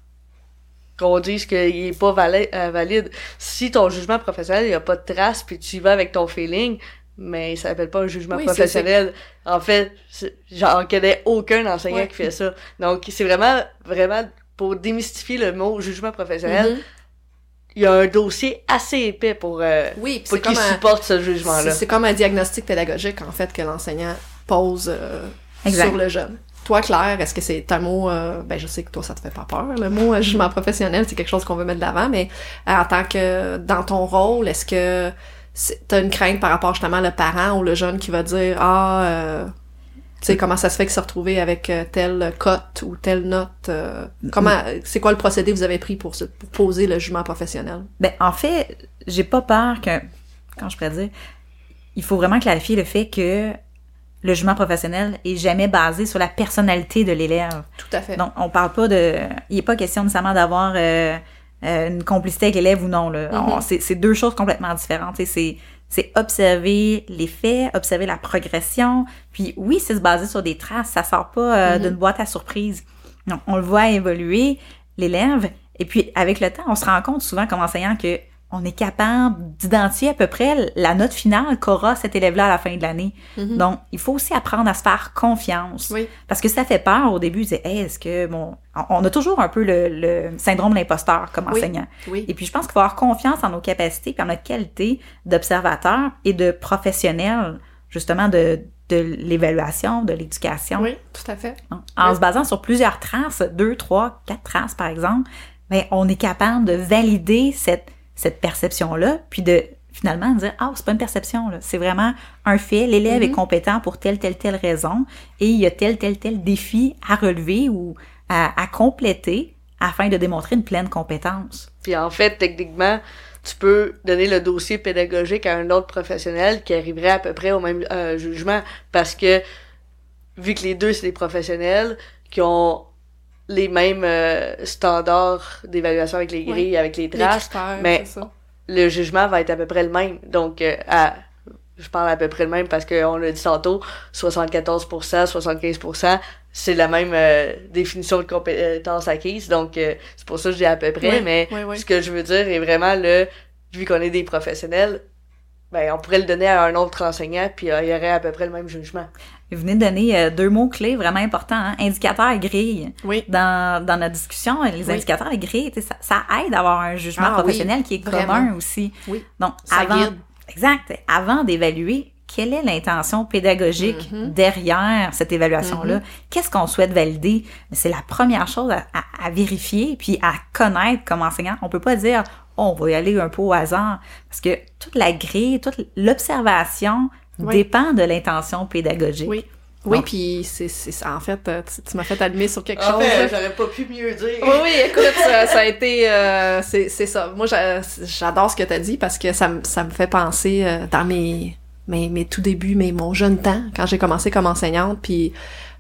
qu'on dise qu'il est pas valide. Si ton jugement professionnel, il n'y a pas de traces, puis tu y vas avec ton feeling, mais ça s'appelle pas un jugement professionnel. En fait, j'en connais aucun enseignant qui fait ça. Donc, c'est vraiment pour démystifier le mot jugement professionnel, il y a un dossier assez épais pour qu'il supporte ce jugement-là. C'est comme un diagnostic pédagogique, en fait, que l'enseignant pose sur le jeune. Toi, Claire, est-ce que c'est un mot... je sais que toi, ça te fait pas peur, le mot jugement professionnel, c'est quelque chose qu'on veut mettre de l'avant, mais en tant que... Dans ton rôle, est-ce que t'as une crainte par rapport justement le parent ou le jeune qui va dire tu sais, comment ça se fait qu'il s'est retrouvé avec telle cote ou telle note? C'est quoi le procédé que vous avez pris pour poser le jugement professionnel? Ben, en fait, j'ai pas peur que... Quand je pourrais dire... Il faut vraiment clarifier le fait que le jugement professionnel est jamais basé sur la personnalité de l'élève. Tout à fait. Donc, on parle pas de... Il est pas question nécessairement d'avoir une complicité avec l'élève ou non, là. Mm-hmm. C'est deux choses complètement différentes. C'est observer les faits, observer la progression. Puis oui, c'est se baser sur des traces. Ça sort pas d'une boîte à surprise. Non, on le voit évoluer, l'élève. Et puis, avec le temps, on se rend compte souvent comme enseignant que on est capable d'identifier à peu près la note finale qu'aura cet élève-là à la fin de l'année. Mm-hmm. Donc, il faut aussi apprendre à se faire confiance. Oui. Parce que ça fait peur au début. Est-ce que, on a toujours un peu le syndrome de l'imposteur comme enseignant. Oui. Et puis, je pense qu'il faut avoir confiance en nos capacités puis en notre qualité d'observateur et de professionnel, justement, de l'évaluation, de l'éducation. Oui, tout à fait. Donc, en se basant sur plusieurs traces, 2, 3, 4 traces, par exemple, on est capable de valider cette perception-là, puis de finalement dire « Ah, c'est pas une perception, là. C'est vraiment un fait. L'élève est compétent pour telle raison et il y a tel défi à relever ou à compléter afin de démontrer une pleine compétence. » Puis en fait, techniquement, tu peux donner le dossier pédagogique à un autre professionnel qui arriverait à peu près au même jugement parce que, vu que les deux, c'est des professionnels qui ont les mêmes standards d'évaluation avec les grilles, avec les traces, mais le jugement va être à peu près le même. Donc, je parle à peu près le même parce qu'on l'a dit tantôt, 74%, 75%, c'est la même définition de compétence acquise. Donc, c'est pour ça que je dis à peu près, mais ce que je veux dire est vraiment vu qu'on est des professionnels, on pourrait le donner à un autre enseignant, puis il y aurait à peu près le même jugement. Vous venez de donner 2 mots-clés vraiment importants, hein? Indicateur et grille. Oui. Dans notre discussion, les indicateurs et grilles, ça aide à avoir un jugement professionnel qui est commun aussi. Oui. Donc, ça guide. Exact. Avant d'évaluer, quelle est l'intention pédagogique derrière cette évaluation-là? Qu'est-ce qu'on souhaite valider? C'est la première chose à vérifier puis à connaître comme enseignant. On peut pas dire on va y aller un peu au hasard parce que toute la grille, toute l'observation dépend de l'intention pédagogique. Oui. Oui, puis c'est ça. En fait, tu m'as fait allumer sur quelque chose. En fait, j'aurais pas pu mieux dire. Oui, écoute, ça a été... c'est ça. Moi, j'adore ce que t'as dit parce que ça me fait penser dans mes tout débuts, mon jeune temps, quand j'ai commencé comme enseignante, puis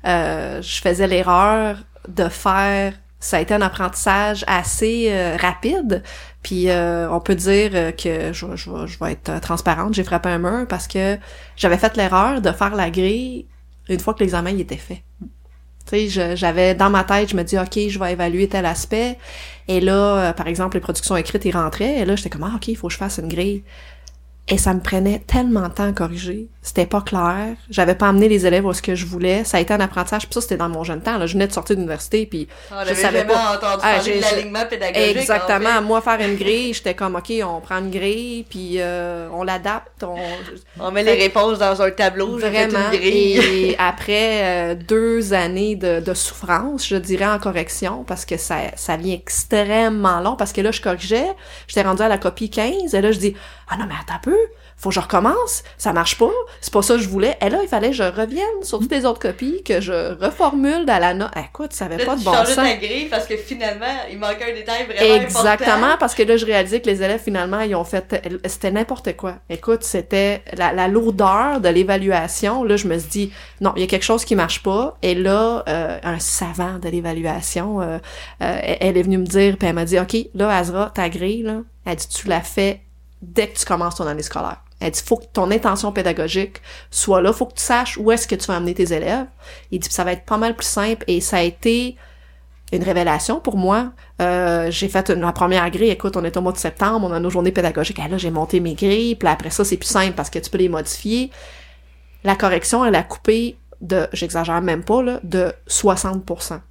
je faisais l'erreur de faire... Ça a été un apprentissage assez rapide, puis on peut dire que je vais être transparente, j'ai frappé un mur parce que j'avais fait l'erreur de faire la grille une fois que l'examen il était fait. Tu sais, j'avais dans ma tête, je me dis OK, je vais évaluer tel aspect, et là, par exemple, les productions écrites ils rentraient, et là j'étais comme OK, il faut que je fasse une grille. Et ça me prenait tellement de temps à corriger. C'était pas clair. J'avais pas amené les élèves où ce que je voulais. Ça a été un apprentissage. Puis ça, c'était dans mon jeune temps. Là. Je venais de sortir d'université, puis je savais pas. Entendu parler de l'alignement pédagogique. Exactement. En fait. Moi, faire une grille, j'étais comme, OK, on prend une grille, puis on l'adapte. On met les réponses dans un tableau. Vraiment. Une grille. Et après 2 années de souffrance, je dirais, en correction, parce que ça vient extrêmement long, parce que là, je corrigeais. J'étais rendue à la copie 15, et là, je dis, ah non, mais attends un peu. Faut que je recommence, ça marche pas, c'est pas ça que je voulais. Et là, il fallait que je revienne sur toutes les autres copies, que je reformule à la note. Écoute, ça avait pas de bon sens. Tu changeais ta grille parce que finalement, il manquait un détail vraiment important. Exactement, parce que là, je réalisais que les élèves, finalement, ils ont fait... C'était n'importe quoi. Écoute, c'était la lourdeur de l'évaluation. Là, je me suis dit, non, il y a quelque chose qui marche pas. Et là, un savant de l'évaluation, elle est venue me dire, puis elle m'a dit, OK, là, Azra, ta grille, là, elle dit, tu la fais dès que tu commences ton année scolaire. Elle dit, faut que ton intention pédagogique soit là, faut que tu saches où est-ce que tu vas amener tes élèves. Il dit, ça va être pas mal plus simple, et ça a été une révélation pour moi. J'ai fait ma première grille, écoute, on est au mois de septembre, on a nos journées pédagogiques, et là, j'ai monté mes grilles, puis après ça, c'est plus simple parce que tu peux les modifier. La correction, elle a coupé j'exagère même pas, là, de 60%.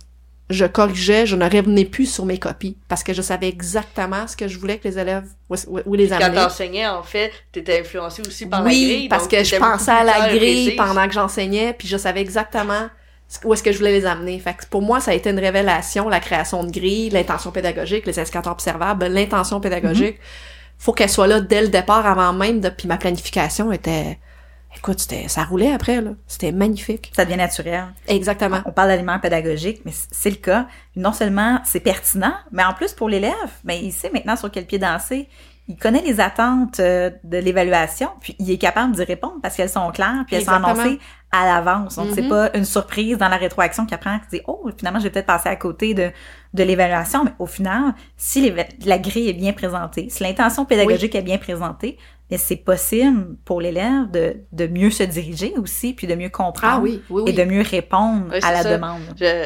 je corrigeais, je ne revenais plus sur mes copies parce que je savais exactement ce que je voulais que les élèves où les amener. Quand t'enseignais, en fait, t'étais influencé aussi par la Oui, grille. parce donc que je pensais à la grille précise. pendant que j'enseignais, puis je savais exactement où est-ce que je voulais les amener. Fait que pour moi, ça a été une révélation, la création de grilles, l'intention pédagogique, les indicateurs observables, l'intention pédagogique. Faut qu'elle soit là dès le départ, avant même puis ma planification était... Écoute, ça roulait après, là. C'était magnifique. Ça devient naturel. Exactement. On parle d'aliments pédagogiques, mais c'est le cas. Non seulement c'est pertinent, mais en plus pour l'élève, ben, il sait maintenant sur quel pied danser. Il connaît les attentes de l'évaluation, puis il est capable d'y répondre parce qu'elles sont claires, puis elles sont annoncées à l'avance. Donc, c'est pas une surprise dans la rétroaction qui apprend, qui dit « Oh, finalement, je vais peut-être passer à côté de l'évaluation. » Mais au final, si la grille est bien présentée, si l'intention pédagogique est bien présentée, mais c'est possible pour l'élève de mieux se diriger aussi, puis de mieux comprendre et de mieux répondre à la demande.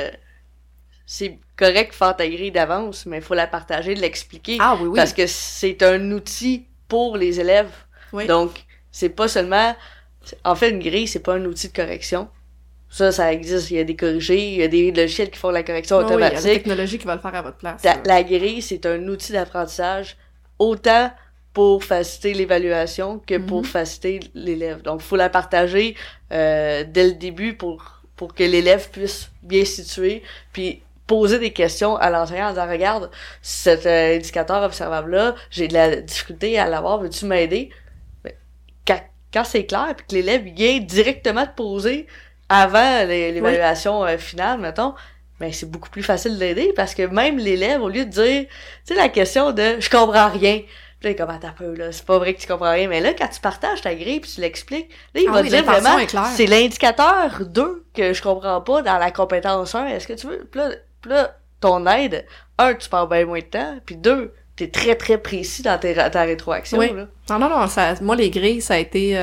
C'est correct de faire ta grille d'avance, mais il faut la partager, l'expliquer. Ah oui, oui. Parce que c'est un outil pour les élèves. Oui. Donc, c'est pas seulement... En fait, une grille, c'est pas un outil de correction. Ça existe. Il y a des corrigés, il y a des logiciels qui font la correction automatique. Oui, il y a des technologies qui va le faire à votre place. La grille, c'est un outil d'apprentissage autant pour faciliter l'évaluation que pour faciliter l'élève. Donc, il faut la partager dès le début pour que l'élève puisse bien se situer, puis poser des questions à l'enseignant en disant « Regarde, cet indicateur observable-là, j'ai de la difficulté à l'avoir, veux-tu m'aider? » Quand c'est clair, puis que l'élève vient directement te poser avant l'évaluation finale, mettons, ben c'est beaucoup plus facile d'aider parce que même l'élève, au lieu de dire, tu sais, la question de « je comprends rien », puis là, comment t'as peu, là, c'est pas vrai que tu comprends rien, mais là, quand tu partages ta grille puis tu l'expliques, là, il va te dire vraiment, c'est l'indicateur 2 que je comprends pas dans la compétence 1, est-ce que tu veux? Puis là, ton aide, 1, tu perds bien moins de temps, puis 2, t'es très, très précis dans ta rétroaction, là. Non, moi, les grilles, ça a été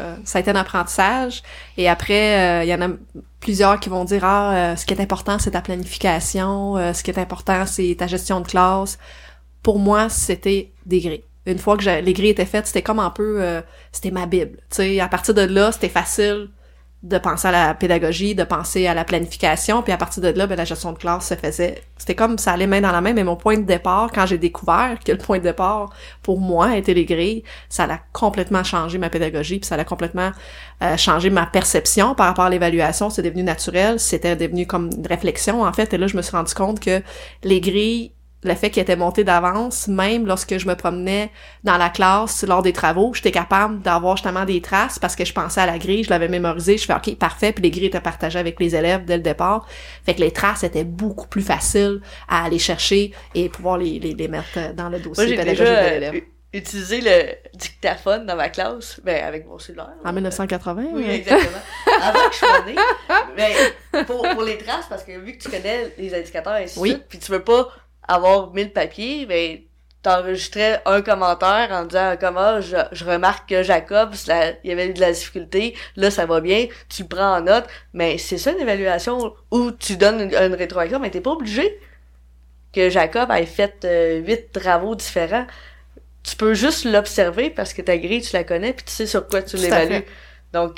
un apprentissage. Et après, il y en a plusieurs qui vont dire, ce qui est important, c'est ta planification. Ce qui est important, c'est ta gestion de classe. Pour moi, c'était des grilles. Une fois que les grilles étaient faites, c'était comme un peu, c'était ma Bible. Tu sais, à partir de là, c'était facile de penser à la pédagogie, de penser à la planification, puis à partir de là, ben, la gestion de classe se faisait. C'était comme ça allait main dans la main, mais mon point de départ, quand j'ai découvert que le point de départ, pour moi, était les grilles, ça a complètement changé ma pédagogie, puis ça a complètement changé ma perception par rapport à l'évaluation. C'est devenu naturel, c'était devenu comme une réflexion, en fait, et là, je me suis rendu compte que les grilles, le fait qu'ils étaient montés d'avance, même lorsque je me promenais dans la classe lors des travaux, j'étais capable d'avoir justement des traces parce que je pensais à la grille, je l'avais mémorisée, je fais OK, parfait, puis les grilles étaient partagées avec les élèves dès le départ. Fait que les traces étaient beaucoup plus faciles à aller chercher et pouvoir les mettre dans le dossier pédagogique de l'élève. Utilisé le dictaphone dans ma classe, ben avec mon cellulaire. En 1980? Oui, exactement. Avant que je sois née. Mais pour les traces, parce que vu que tu connais les indicateurs et ainsi de suite, puis tu veux pas avoir 1000 papiers, ben t'enregistrais un commentaire en disant comment je remarque que Jacob, il y avait eu de la difficulté, là ça va bien, tu le prends en note, mais c'est ça une évaluation où tu donnes une rétroaction, mais t'es pas obligé que Jacob ait fait 8 travaux différents. Tu peux juste l'observer parce que ta grille, tu la connais, puis tu sais sur quoi tu l'évalues. Donc,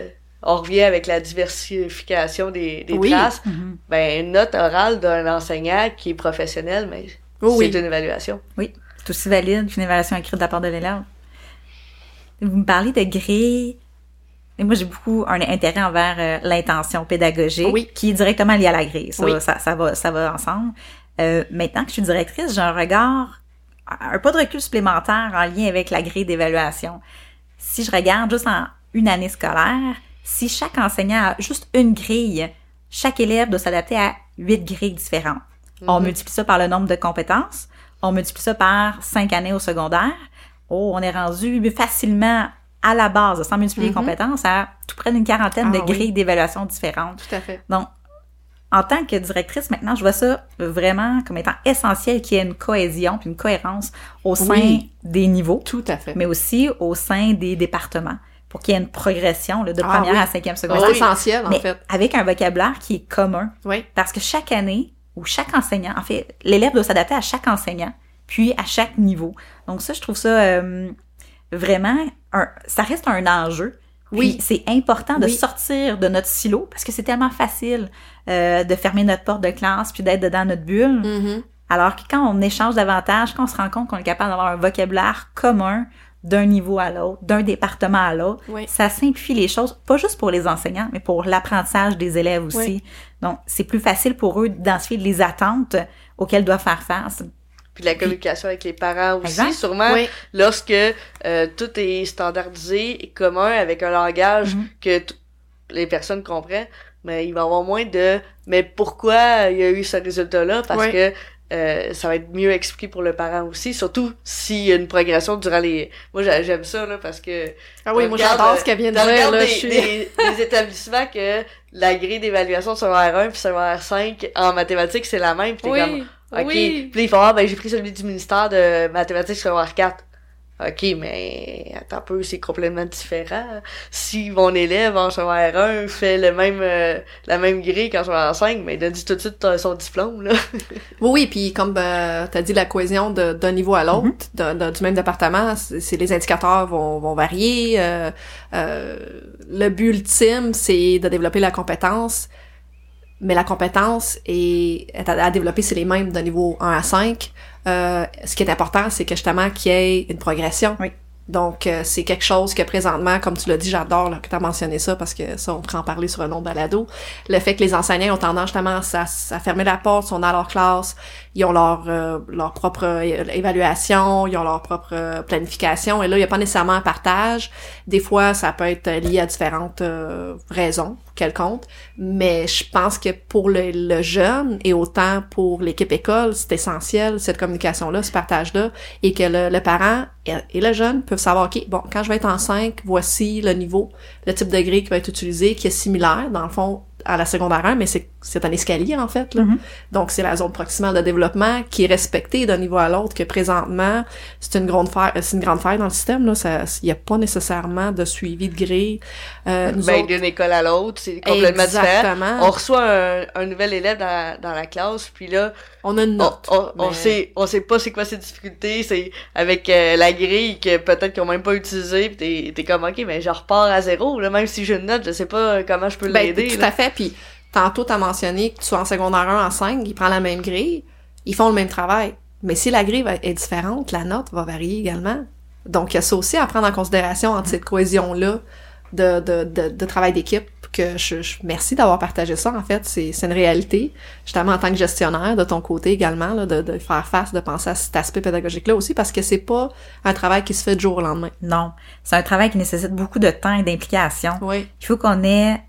on revient avec la diversification des traces. Ben, une note orale d'un enseignant qui est professionnel, mais c'est une évaluation. Oui, c'est aussi valide qu'une évaluation écrite de la part de l'élève. Vous me parlez de grille. Et moi, j'ai beaucoup un intérêt envers l'intention pédagogique qui est directement liée à la grille. Ça va ensemble. Maintenant que je suis directrice, j'ai un pas de recul supplémentaire en lien avec la grille d'évaluation. Si je regarde juste en une année scolaire, si chaque enseignant a juste une grille, chaque élève doit s'adapter à 8 grilles différentes. On multiplie ça par le nombre de compétences, on multiplie ça par 5 années au secondaire. On est rendu facilement à la base, sans multiplier les compétences, à tout près d'une quarantaine de grilles d'évaluation différentes. Tout à fait. Donc, en tant que directrice, maintenant, je vois ça vraiment comme étant essentiel qu'il y ait une cohésion puis une cohérence au sein des niveaux. Tout à fait. Mais aussi au sein des départements pour qu'il y ait une progression là, de première à cinquième secondaire. C'est essentiel, en fait. Avec un vocabulaire qui est commun. Oui. Parce que chaque année, ou chaque enseignant, en fait, l'élève doit s'adapter à chaque enseignant, puis à chaque niveau. Donc ça, je trouve ça vraiment... ça reste un enjeu Oui. Puis c'est important de sortir de notre silo, parce que c'est tellement facile de fermer notre porte de classe puis d'être dedans notre bulle. Mm-hmm. Alors que quand on échange davantage, quand on se rend compte qu'on est capable d'avoir un vocabulaire commun d'un niveau à l'autre, d'un département à l'autre, ça simplifie les choses, pas juste pour les enseignants, mais pour l'apprentissage des élèves aussi. Oui. Donc, c'est plus facile pour eux d'identifier les attentes auxquelles ils doivent faire face. Puis la communication avec les parents aussi, sûrement, lorsque tout est standardisé et commun avec un langage que les personnes comprennent, mais il va y avoir moins de « mais pourquoi il y a eu ce résultat-là? » Parce que ça va être mieux expliqué pour le parent aussi, surtout s'il y a une progression durant les... Moi, j'aime ça, là, parce que... Ah oui, moi, j'adore ce qu'elle vient de dire, là, des établissements que la grille d'évaluation de secondaire 1 puis secondaire 5 en mathématiques, c'est la même, puis t'es comme... OK. Puis ils font, j'ai pris celui du ministère de mathématiques secondaire 4. OK, mais attends un peu, c'est complètement différent. Si mon élève en secondaire 1 fait la même grille qu'en secondaire 5, mais il a dit tout de suite son diplôme, là. Oui, puis comme t'as dit, la cohésion d'un niveau à l'autre, du même département, c'est les indicateurs vont varier. Le but ultime, c'est de développer la compétence. Mais la compétence à développer, c'est les mêmes de niveau 1 à 5. Ce qui est important, c'est que justement qu'il y ait une progression. Oui. Donc, c'est quelque chose que présentement, comme tu l'as dit, j'adore là, que tu as mentionné ça, parce que ça, on pourrait en parler sur un autre balado. Le fait que les enseignants ont tendance justement à fermer la porte, sont dans leur classe, ils ont leur propre évaluation, ils ont leur propre planification, et là, il n'y a pas nécessairement un partage. Des fois, ça peut être lié à différentes raisons quelconques, mais je pense que pour le jeune, et autant pour l'équipe école, c'est essentiel, cette communication-là, ce partage-là, et que le parent et le jeune peuvent savoir, OK, bon, quand je vais être en 5, voici le niveau, le type de grille qui va être utilisé, qui est similaire, dans le fond, à la secondaire 1, mais c'est un escalier, en fait, là. Mm-hmm. Donc, c'est la zone proximale de développement qui est respectée d'un niveau à l'autre, que présentement, c'est une grande faille dans le système, là. Il n'y a pas nécessairement de suivi de grille. D'une école à l'autre, c'est complètement différent. On reçoit un nouvel élève dans la classe, puis là, on a une note. On sait pas c'est quoi ses difficultés, c'est avec la grille que peut-être qu'ils ont même pas utilisée, pis t'es comme, OK, mais je repars à zéro, là, même si j'ai une note, je sais pas comment je peux l'aider. Tout à fait, puis tantôt t'as mentionné que tu sois en secondaire 1, en 5, il prend la même grille, ils font le même travail. Mais si la grille est différente, la note va varier également. Donc, il y a ça aussi à prendre en considération entre cette cohésion-là de travail d'équipe, que merci d'avoir partagé ça, en fait, c'est une réalité, justement en tant que gestionnaire, de ton côté également, là, de faire face, de penser à cet aspect pédagogique-là aussi, parce que c'est pas un travail qui se fait du jour au lendemain. Non, c'est un travail qui nécessite beaucoup de temps et d'implication. Oui. Il faut qu'on ait,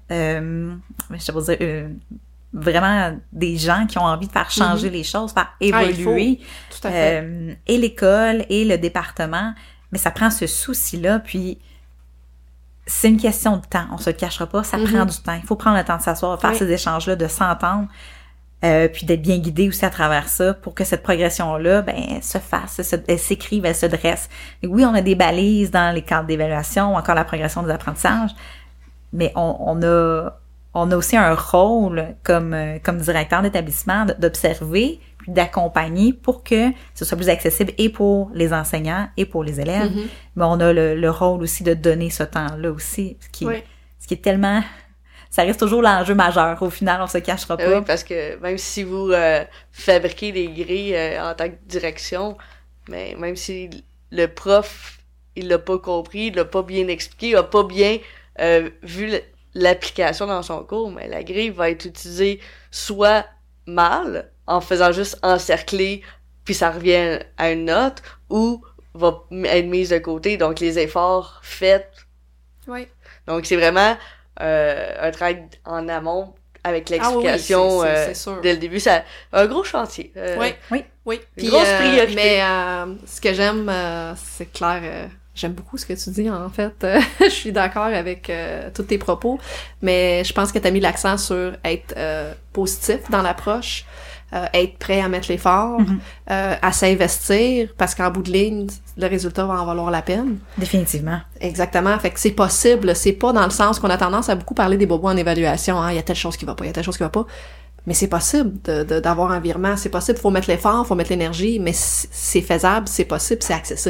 vraiment des gens qui ont envie de faire changer les choses, faire évoluer, tout à fait. Et l'école et le département, mais ça prend ce souci-là, puis c'est une question de temps, on se le cachera pas, ça prend du temps. Il faut prendre le temps de s'asseoir, faire ces échanges-là, de s'entendre, puis d'être bien guidé aussi à travers ça pour que cette progression-là, se fasse, elle s'écrive, elle se dresse. Et oui, on a des balises dans les cadres d'évaluation, ou encore la progression des apprentissages, mais on a aussi un rôle comme directeur d'établissement d'observer puis d'accompagner pour que ce soit plus accessible et pour les enseignants et pour les élèves. Mm-hmm. Mais on a le rôle aussi de donner ce temps-là aussi, ce qui est tellement... Ça reste toujours l'enjeu majeur. Au final, on se cachera pas. Oui, parce que même si vous fabriquez des grilles en tant que direction, mais même si le prof, il l'a pas compris, il l'a pas bien expliqué, il a pas bien vu l'application dans son cours, mais la grille va être utilisée soit mal, en faisant juste encercler, puis ça revient à une note, ou va être mise de côté, donc les efforts faits. Oui. Donc c'est vraiment un travail en amont avec l'explication dès le début. C'est un gros chantier. Oui. Une grosse priorité. Mais ce que j'aime, c'est clair... J'aime beaucoup ce que tu dis, en fait. Je suis d'accord avec tous tes propos, mais je pense que tu as mis l'accent sur être positif dans l'approche, être prêt à mettre l'effort, à s'investir, parce qu'en bout de ligne, le résultat va en valoir la peine. Définitivement. Exactement. Fait que c'est possible. C'est pas dans le sens qu'on a tendance à beaucoup parler des bobos en évaluation. Hein, il y a telle chose qui va pas, il y a telle chose qui va pas. Mais c'est possible d'avoir un virement. C'est possible. Faut mettre l'effort, faut mettre l'énergie, mais c'est faisable, c'est possible, c'est accessible.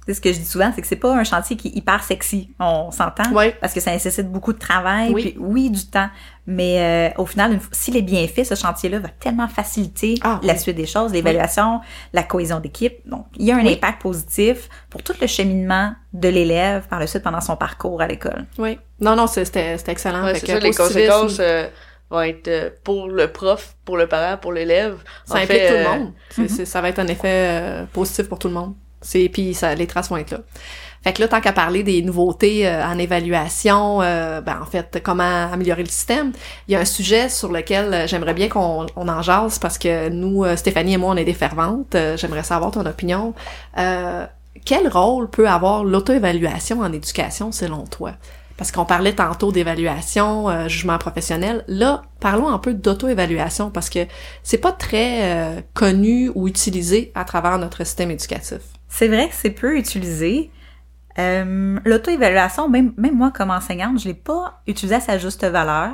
C'est ce que je dis souvent, c'est que c'est pas un chantier qui est hyper sexy, on s'entend, parce que ça nécessite beaucoup de travail, puis oui, du temps, mais au final, s'il est bien fait, ce chantier-là va tellement faciliter la suite des choses, l'évaluation, la cohésion d'équipe. Donc, il y a un impact positif pour tout le cheminement de l'élève par le suite pendant son parcours à l'école. Oui. Non, c'était excellent. Ouais, c'est ça, les conséquences vont être pour le prof, pour le parent, pour l'élève. Ça implique tout le monde. Ça va être un effet positif pour tout le monde. Puis les traces vont être là. Fait que là, tant qu'à parler des nouveautés en évaluation, en fait, comment améliorer le système, il y a un sujet sur lequel j'aimerais bien qu'on en jase parce que nous, Stéphanie et moi, on est des ferventes. J'aimerais savoir ton opinion. Quel rôle peut avoir l'auto-évaluation en éducation selon toi? Parce qu'on parlait tantôt d'évaluation, jugement professionnel. Là, parlons un peu d'auto-évaluation parce que c'est pas très connu ou utilisé à travers notre système éducatif. C'est vrai que c'est peu utilisé. L'auto-évaluation, même moi comme enseignante, je l'ai pas utilisée à sa juste valeur.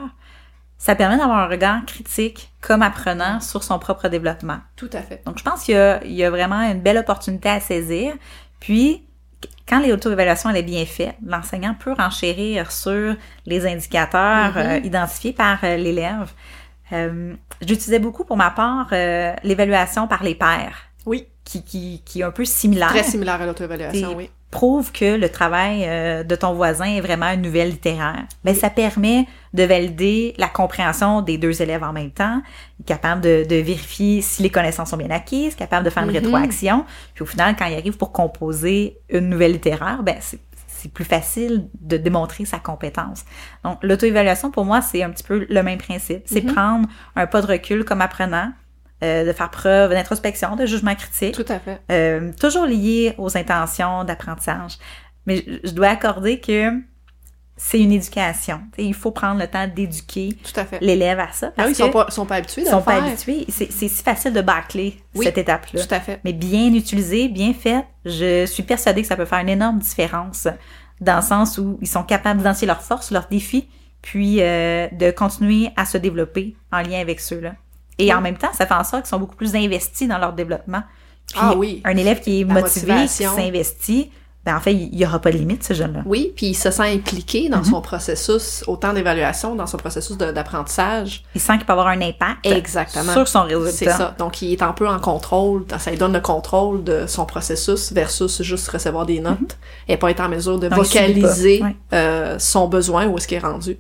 Ça permet d'avoir un regard critique comme apprenant sur son propre développement. Tout à fait. Donc, je pense qu'il y a vraiment une belle opportunité à saisir. Puis, quand l'auto-évaluation elle est bien faite, l'enseignant peut renchérir sur les indicateurs identifiés par l'élève. J'utilisais beaucoup pour ma part l'évaluation par les pairs. Oui. Qui est un peu similaire. Très similaire à l'auto-évaluation, oui. Prouve que le travail de ton voisin est vraiment une nouvelle littéraire. Ben, ça permet de valider la compréhension des deux élèves en même temps, capable de vérifier si les connaissances sont bien acquises, capable de faire une rétroaction. Puis au final, quand il arrive pour composer une nouvelle littéraire, ben c'est plus facile de démontrer sa compétence. Donc, l'auto-évaluation, pour moi, c'est un petit peu le même principe. C'est prendre un pas de recul comme apprenant, de faire preuve d'introspection, de jugement critique. Tout à fait. Toujours lié aux intentions d'apprentissage. Mais je dois accorder que c'est une éducation. T'sais, il faut prendre le temps d'éduquer l'élève à ça. Parce qu'ils sont pas habitués de le faire. Ils sont pas habitués. C'est si facile de bâcler cette étape-là. Tout à fait. Mais bien utilisée, bien faite, je suis persuadée que ça peut faire une énorme différence dans le sens où ils sont capables d'identifier leurs forces, leurs défis, puis de continuer à se développer en lien avec ceux-là. Et en même temps, ça fait en sorte qu'ils sont beaucoup plus investis dans leur développement. Puis un élève qui est motivé, qui s'investit, ben en fait, il n'y aura pas de limite, ce jeune-là. Oui, puis il se sent impliqué dans son processus, autant d'évaluation, dans son processus d'apprentissage. Il sent qu'il peut avoir un impact sur son résultat. C'est ça. Donc, il est un peu en contrôle. Ça lui donne le contrôle de son processus versus juste recevoir des notes et pas être en mesure de vocaliser son besoin où est-ce qu'il est rendu.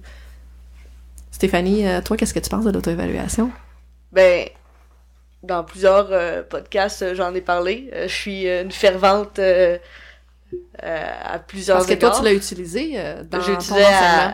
Stéphanie, toi, qu'est-ce que tu penses de l'auto-évaluation? Ben, dans plusieurs podcasts, j'en ai parlé. Je suis une fervente à plusieurs égards. Parce que toi, tu l'as utilisé dans ton enseignement?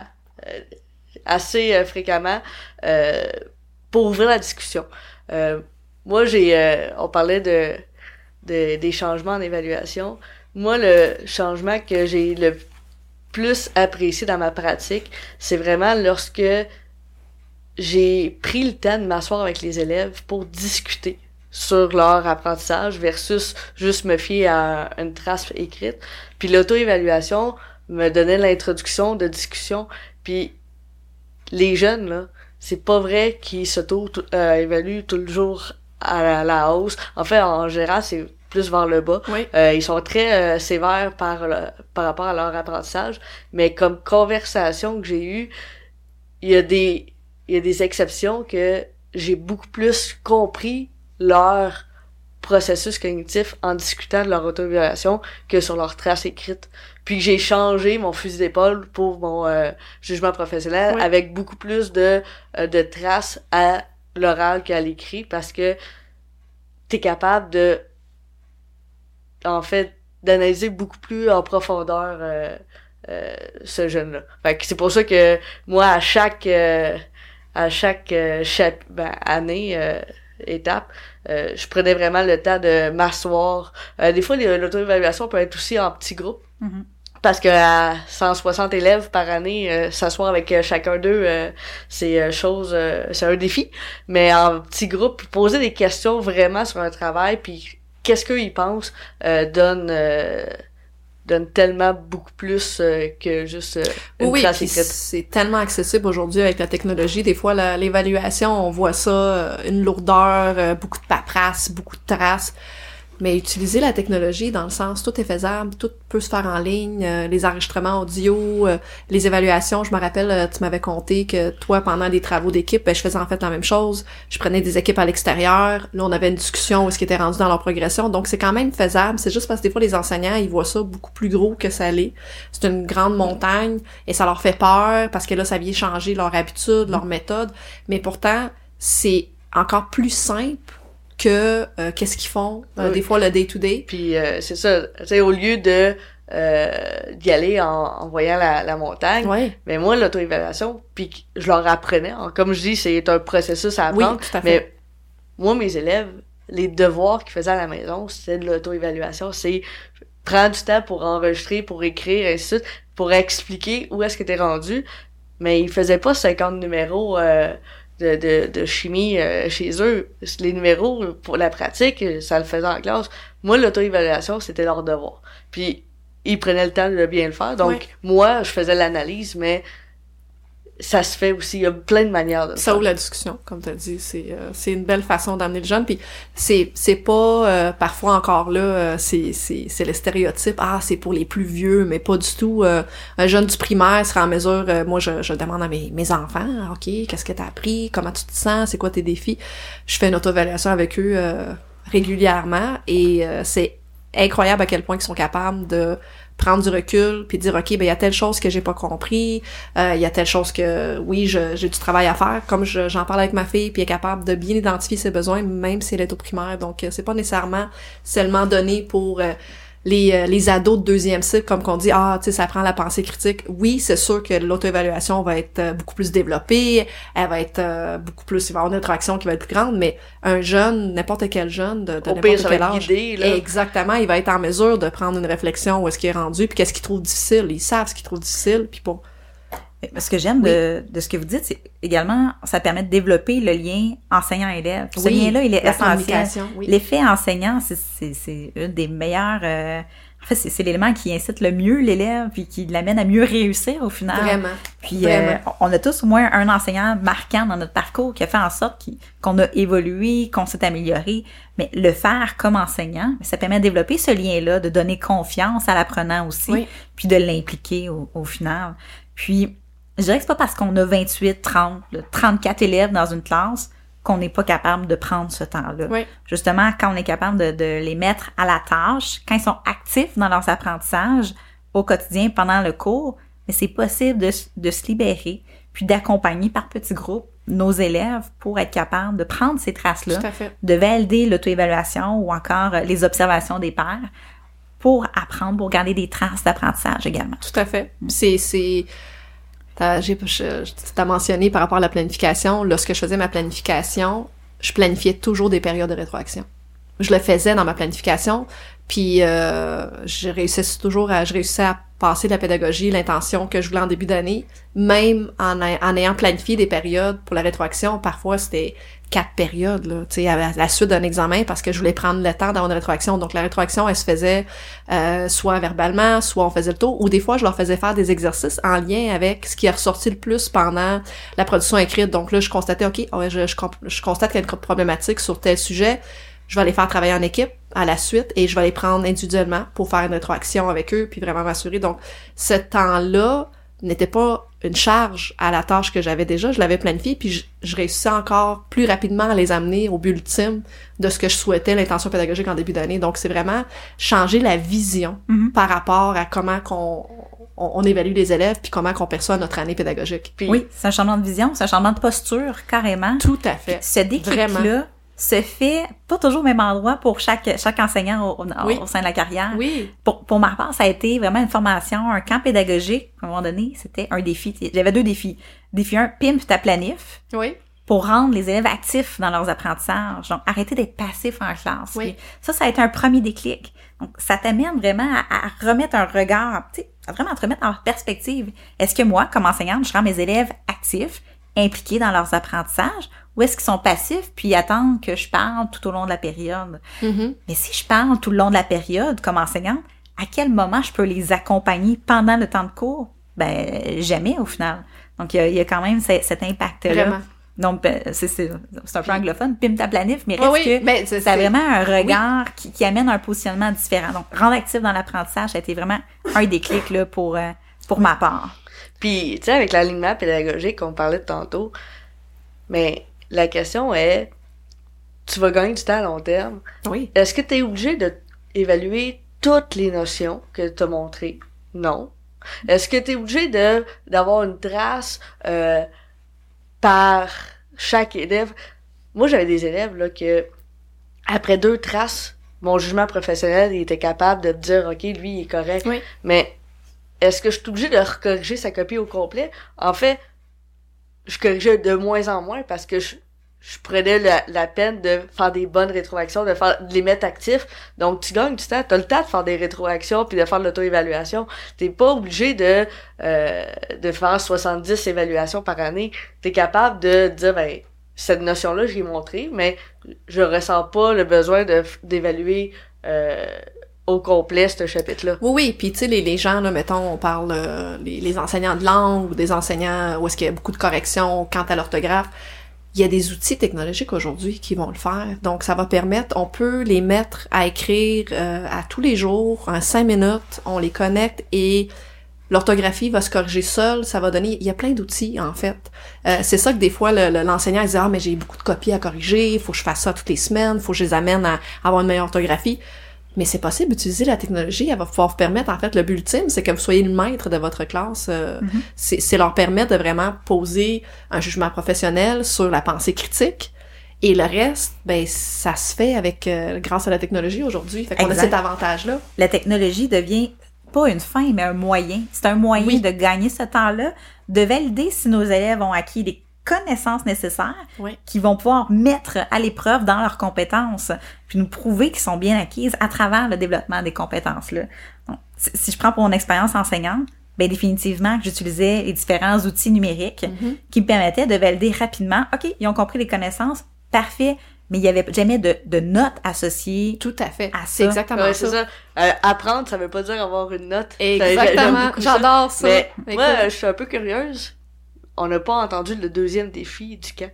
Assez fréquemment pour ouvrir la discussion. Moi, on parlait des changements en évaluation. Moi, le changement que j'ai le plus apprécié dans ma pratique, c'est vraiment lorsque j'ai pris le temps de m'asseoir avec les élèves pour discuter sur leur apprentissage versus juste me fier à une trace écrite. Puis l'auto-évaluation me donnait l'introduction de discussion. Puis les jeunes, là, c'est pas vrai qu'ils s'auto-évaluent toujours à la hausse. En fait, en général, c'est plus vers le bas. Oui. Ils sont très sévères par rapport à leur apprentissage. Mais comme conversation que j'ai eue, il y a des exceptions que j'ai beaucoup plus compris leur processus cognitif en discutant de leur auto-évaluation que sur leur trace écrite. Puis j'ai changé mon fusil d'épaule pour mon jugement professionnel avec beaucoup plus de traces à l'oral qu'à l'écrit parce que t'es capable d'analyser beaucoup plus en profondeur ce jeune-là. Fait que c'est pour ça que moi, à chaque année, étape, je prenais vraiment le temps de m'asseoir. Des fois, l'auto-évaluation peut être aussi en petits groupes. Mm-hmm. Parce que à 160 élèves par année, s'asseoir avec chacun d'eux, c'est un défi. Mais en petits groupes, poser des questions vraiment sur un travail, puis qu'est-ce qu'ils pensent, donne tellement beaucoup plus que juste une trace écrite. C'est tellement accessible aujourd'hui avec la technologie. Des fois, l'évaluation, on voit ça, une lourdeur, beaucoup de paperasse, beaucoup de traces. mais utiliser la technologie dans le sens, tout est faisable, tout peut se faire en ligne, les enregistrements audio, les évaluations. Je me rappelle, tu m'avais conté que toi, pendant des travaux d'équipe, je faisais en fait la même chose. Je prenais des équipes à l'extérieur. Là, on avait une discussion où est-ce qu'ils étaient rendus dans leur progression. Donc, c'est quand même faisable. C'est juste parce que des fois, les enseignants, ils voient ça beaucoup plus gros que ça l'est. C'est une grande montagne et ça leur fait peur parce que là, ça vient changer leur habitude, leur méthode. Mais pourtant, c'est encore plus simple que qu'est-ce qu'ils font des fois le day-to-day. Puis c'est ça, tu sais, au lieu de d'y aller en voyant la montagne, mais moi l'auto-évaluation, puis je leur apprenais, comme je dis, c'est un processus à apprendre, tout à fait. mais moi mes élèves, les devoirs qu'ils faisaient à la maison, c'était de l'auto-évaluation, c'est prendre du temps pour enregistrer, pour écrire, ainsi de suite, pour expliquer où est-ce que t'es rendu, mais ils faisaient pas 50 numéros de chimie chez eux. Les numéros, pour la pratique, ça le faisait en classe. Moi, l'auto-évaluation, c'était leur devoir. Puis, ils prenaient le temps de bien le faire. Donc, moi, je faisais l'analyse, mais ça se fait aussi. Il y a plein de manières de ça ouvre la discussion, comme tu as dit. C'est une belle façon d'amener le jeune. Puis c'est pas parfois encore là, c'est le stéréotype. Ah, c'est pour les plus vieux, mais pas du tout. Un jeune du primaire sera en mesure. Moi, je demande à mes enfants, ok, qu'est-ce que t'as appris, comment tu te sens, c'est quoi tes défis. Je fais une auto-évaluation avec eux régulièrement et c'est incroyable à quel point ils sont capables de prendre du recul puis dire ok, ben il y a telle chose que j'ai pas compris, il y a telle chose que oui, j'ai du travail à faire, comme j'en parle avec ma fille, puis elle est capable de bien identifier ses besoins même si elle est au primaire. Donc c'est pas nécessairement seulement donné pour les ados de deuxième cycle, comme qu'on dit, tu sais, ça prend la pensée critique. Oui, c'est sûr que l'auto-évaluation va être beaucoup plus développée, elle va être beaucoup plus, il va y avoir une interaction qui va être plus grande, mais un jeune, n'importe quel jeune de n'importe quel âge, guidé, là. exactement, il va être en mesure de prendre une réflexion où est-ce qu'il est rendu, puis qu'est-ce qu'il trouve difficile. Ils savent ce qu'ils trouvent difficile, puis bon. Ce que j'aime de ce que vous dites, c'est également, ça permet de développer le lien enseignant-élève. Ce lien-là, il est essentiel. L'effet enseignant, c'est une des meilleures... en fait, c'est l'élément qui incite le mieux l'élève puis qui l'amène à mieux réussir au final. Vraiment. Puis on a tous au moins un enseignant marquant dans notre parcours qui a fait en sorte qu'on a évolué, qu'on s'est amélioré. Mais le faire comme enseignant, ça permet de développer ce lien-là, de donner confiance à l'apprenant aussi, puis de l'impliquer au final. Puis... je dirais que c'est pas parce qu'on a 28, 30, 34 élèves dans une classe qu'on n'est pas capable de prendre ce temps-là. Oui. Justement, quand on est capable de les mettre à la tâche, quand ils sont actifs dans leurs apprentissages au quotidien pendant le cours, mais c'est possible de se libérer puis d'accompagner par petits groupes nos élèves pour être capable de prendre ces traces-là, de valider l'auto-évaluation ou encore les observations des pairs pour apprendre, pour garder des traces d'apprentissage également. Tout à fait. T'as mentionné par rapport à la planification. Lorsque je faisais ma planification, je planifiais toujours des périodes de rétroaction. Je le faisais dans ma planification, puis je réussissais à passer de la pédagogie, l'intention que je voulais en début d'année, même en ayant planifié des périodes pour la rétroaction. Parfois, c'était 4 périodes, là, tu sais, à la suite d'un examen, parce que je voulais prendre le temps d'avoir une rétroaction. Donc, la rétroaction, elle se faisait soit verbalement, soit on faisait le tour, ou des fois, je leur faisais faire des exercices en lien avec ce qui est ressorti le plus pendant la production écrite. Donc là, je constatais, OK, je constate qu'il y a une problématique sur tel sujet, je vais les faire travailler en équipe à la suite et je vais les prendre individuellement pour faire une rétroaction avec eux, puis vraiment m'assurer. Donc, ce temps-là n'était pas une charge à la tâche que j'avais déjà, je l'avais planifié, puis je réussissais encore plus rapidement à les amener au but ultime de ce que je souhaitais, l'intention pédagogique en début d'année. Donc, c'est vraiment changer la vision par rapport à comment on évalue les élèves, puis comment qu'on perçoit notre année pédagogique. Puis, oui, c'est un changement de vision, c'est un changement de posture, carrément. Tout à fait. Ce déclic-là se fait pas toujours au même endroit pour chaque enseignant au sein de la carrière. Oui. Pour ma part, ça a été vraiment une formation, un camp pédagogique. À un moment donné, c'était un défi. J'avais 2 défis. Défi 1, pimpe ta planif. Oui. Pour rendre les élèves actifs dans leurs apprentissages. Donc, arrêter d'être passifs en classe. Oui. Puis ça a été un premier déclic. Donc, ça t'amène vraiment à remettre un regard, tu sais, à vraiment te remettre en perspective. Est-ce que moi, comme enseignante, je rends mes élèves actifs, impliqués dans leurs apprentissages, ou est-ce qu'ils sont passifs puis attendent que je parle tout au long de la période? Mais si je parle tout le long de la période comme enseignante, à quel moment je peux les accompagner pendant le temps de cours? Ben, jamais au final. Donc, il y a quand même cet impact-là. Vraiment. Donc, c'est un peu anglophone, pimpe ta planif, mais reste que ça a vraiment un regard qui amène un positionnement différent. Donc, rendre actif dans l'apprentissage, ça a été vraiment un déclic là, pour ma part. Puis, tu sais, avec l'alignement pédagogique qu'on parlait de tantôt, mais la question est, tu vas gagner du temps à long terme. Oui. Est-ce que tu es obligé d'évaluer toutes les notions que tu as montrées? Non. Est-ce que tu es obligé d'avoir une trace par chaque élève? Moi, j'avais des élèves là que, après 2 traces, mon jugement professionnel, il était capable de dire, OK, lui, il est correct. Oui. Mais est-ce que je suis obligée de recorriger sa copie au complet? En fait, je corrigeais de moins en moins parce que je prenais la peine de faire des bonnes rétroactions, de les mettre actifs. Donc, tu gagnes du temps. T'as le temps de faire des rétroactions puis de faire de l'auto-évaluation. T'es pas obligé de faire 70 évaluations par année. T'es capable de dire, ben, cette notion-là, je l'ai montrée, mais je ressens pas le besoin d'évaluer au complet ce chapitre-là. Oui, puis tu sais, les gens, là, mettons, on parle les enseignants de langue ou des enseignants où est-ce qu'il y a beaucoup de corrections quant à l'orthographe, il y a des outils technologiques aujourd'hui qui vont le faire. Donc, ça va permettre, on peut les mettre à écrire à tous les jours, en 5 minutes, on les connecte et l'orthographie va se corriger seule, ça va donner... Il y a plein d'outils, en fait. C'est ça que des fois, l'enseignant il dit « Ah, mais j'ai beaucoup de copies à corriger, il faut que je fasse ça toutes les semaines, il faut que je les amène à avoir une meilleure orthographie. » Mais c'est possible d'utiliser la technologie, elle va pouvoir vous permettre, en fait, le but ultime, c'est que vous soyez le maître de votre classe. C'est leur permettre de vraiment poser un jugement professionnel sur la pensée critique. Et le reste, ben, ça se fait avec grâce à la technologie aujourd'hui. Fait qu'on a cet avantage-là. La technologie devient pas une fin, mais un moyen. C'est un moyen de gagner ce temps-là, de valider si nos élèves ont acquis les connaissances nécessaires qu'ils vont pouvoir mettre à l'épreuve dans leurs compétences, puis nous prouver qu'ils sont bien acquises à travers le développement des compétences-là. Donc, si je prends pour mon expérience enseignante, ben définitivement que j'utilisais les différents outils numériques qui me permettaient de valider rapidement, OK, ils ont compris les connaissances, parfait, mais il n'y avait jamais de notes associées. Tout à fait. À ça. C'est exactement c'est ça. Apprendre, ça veut pas dire avoir une note. Exactement. J'adore ça. Mais moi, je suis un peu curieuse. On n'a pas entendu le 2e défi du camp.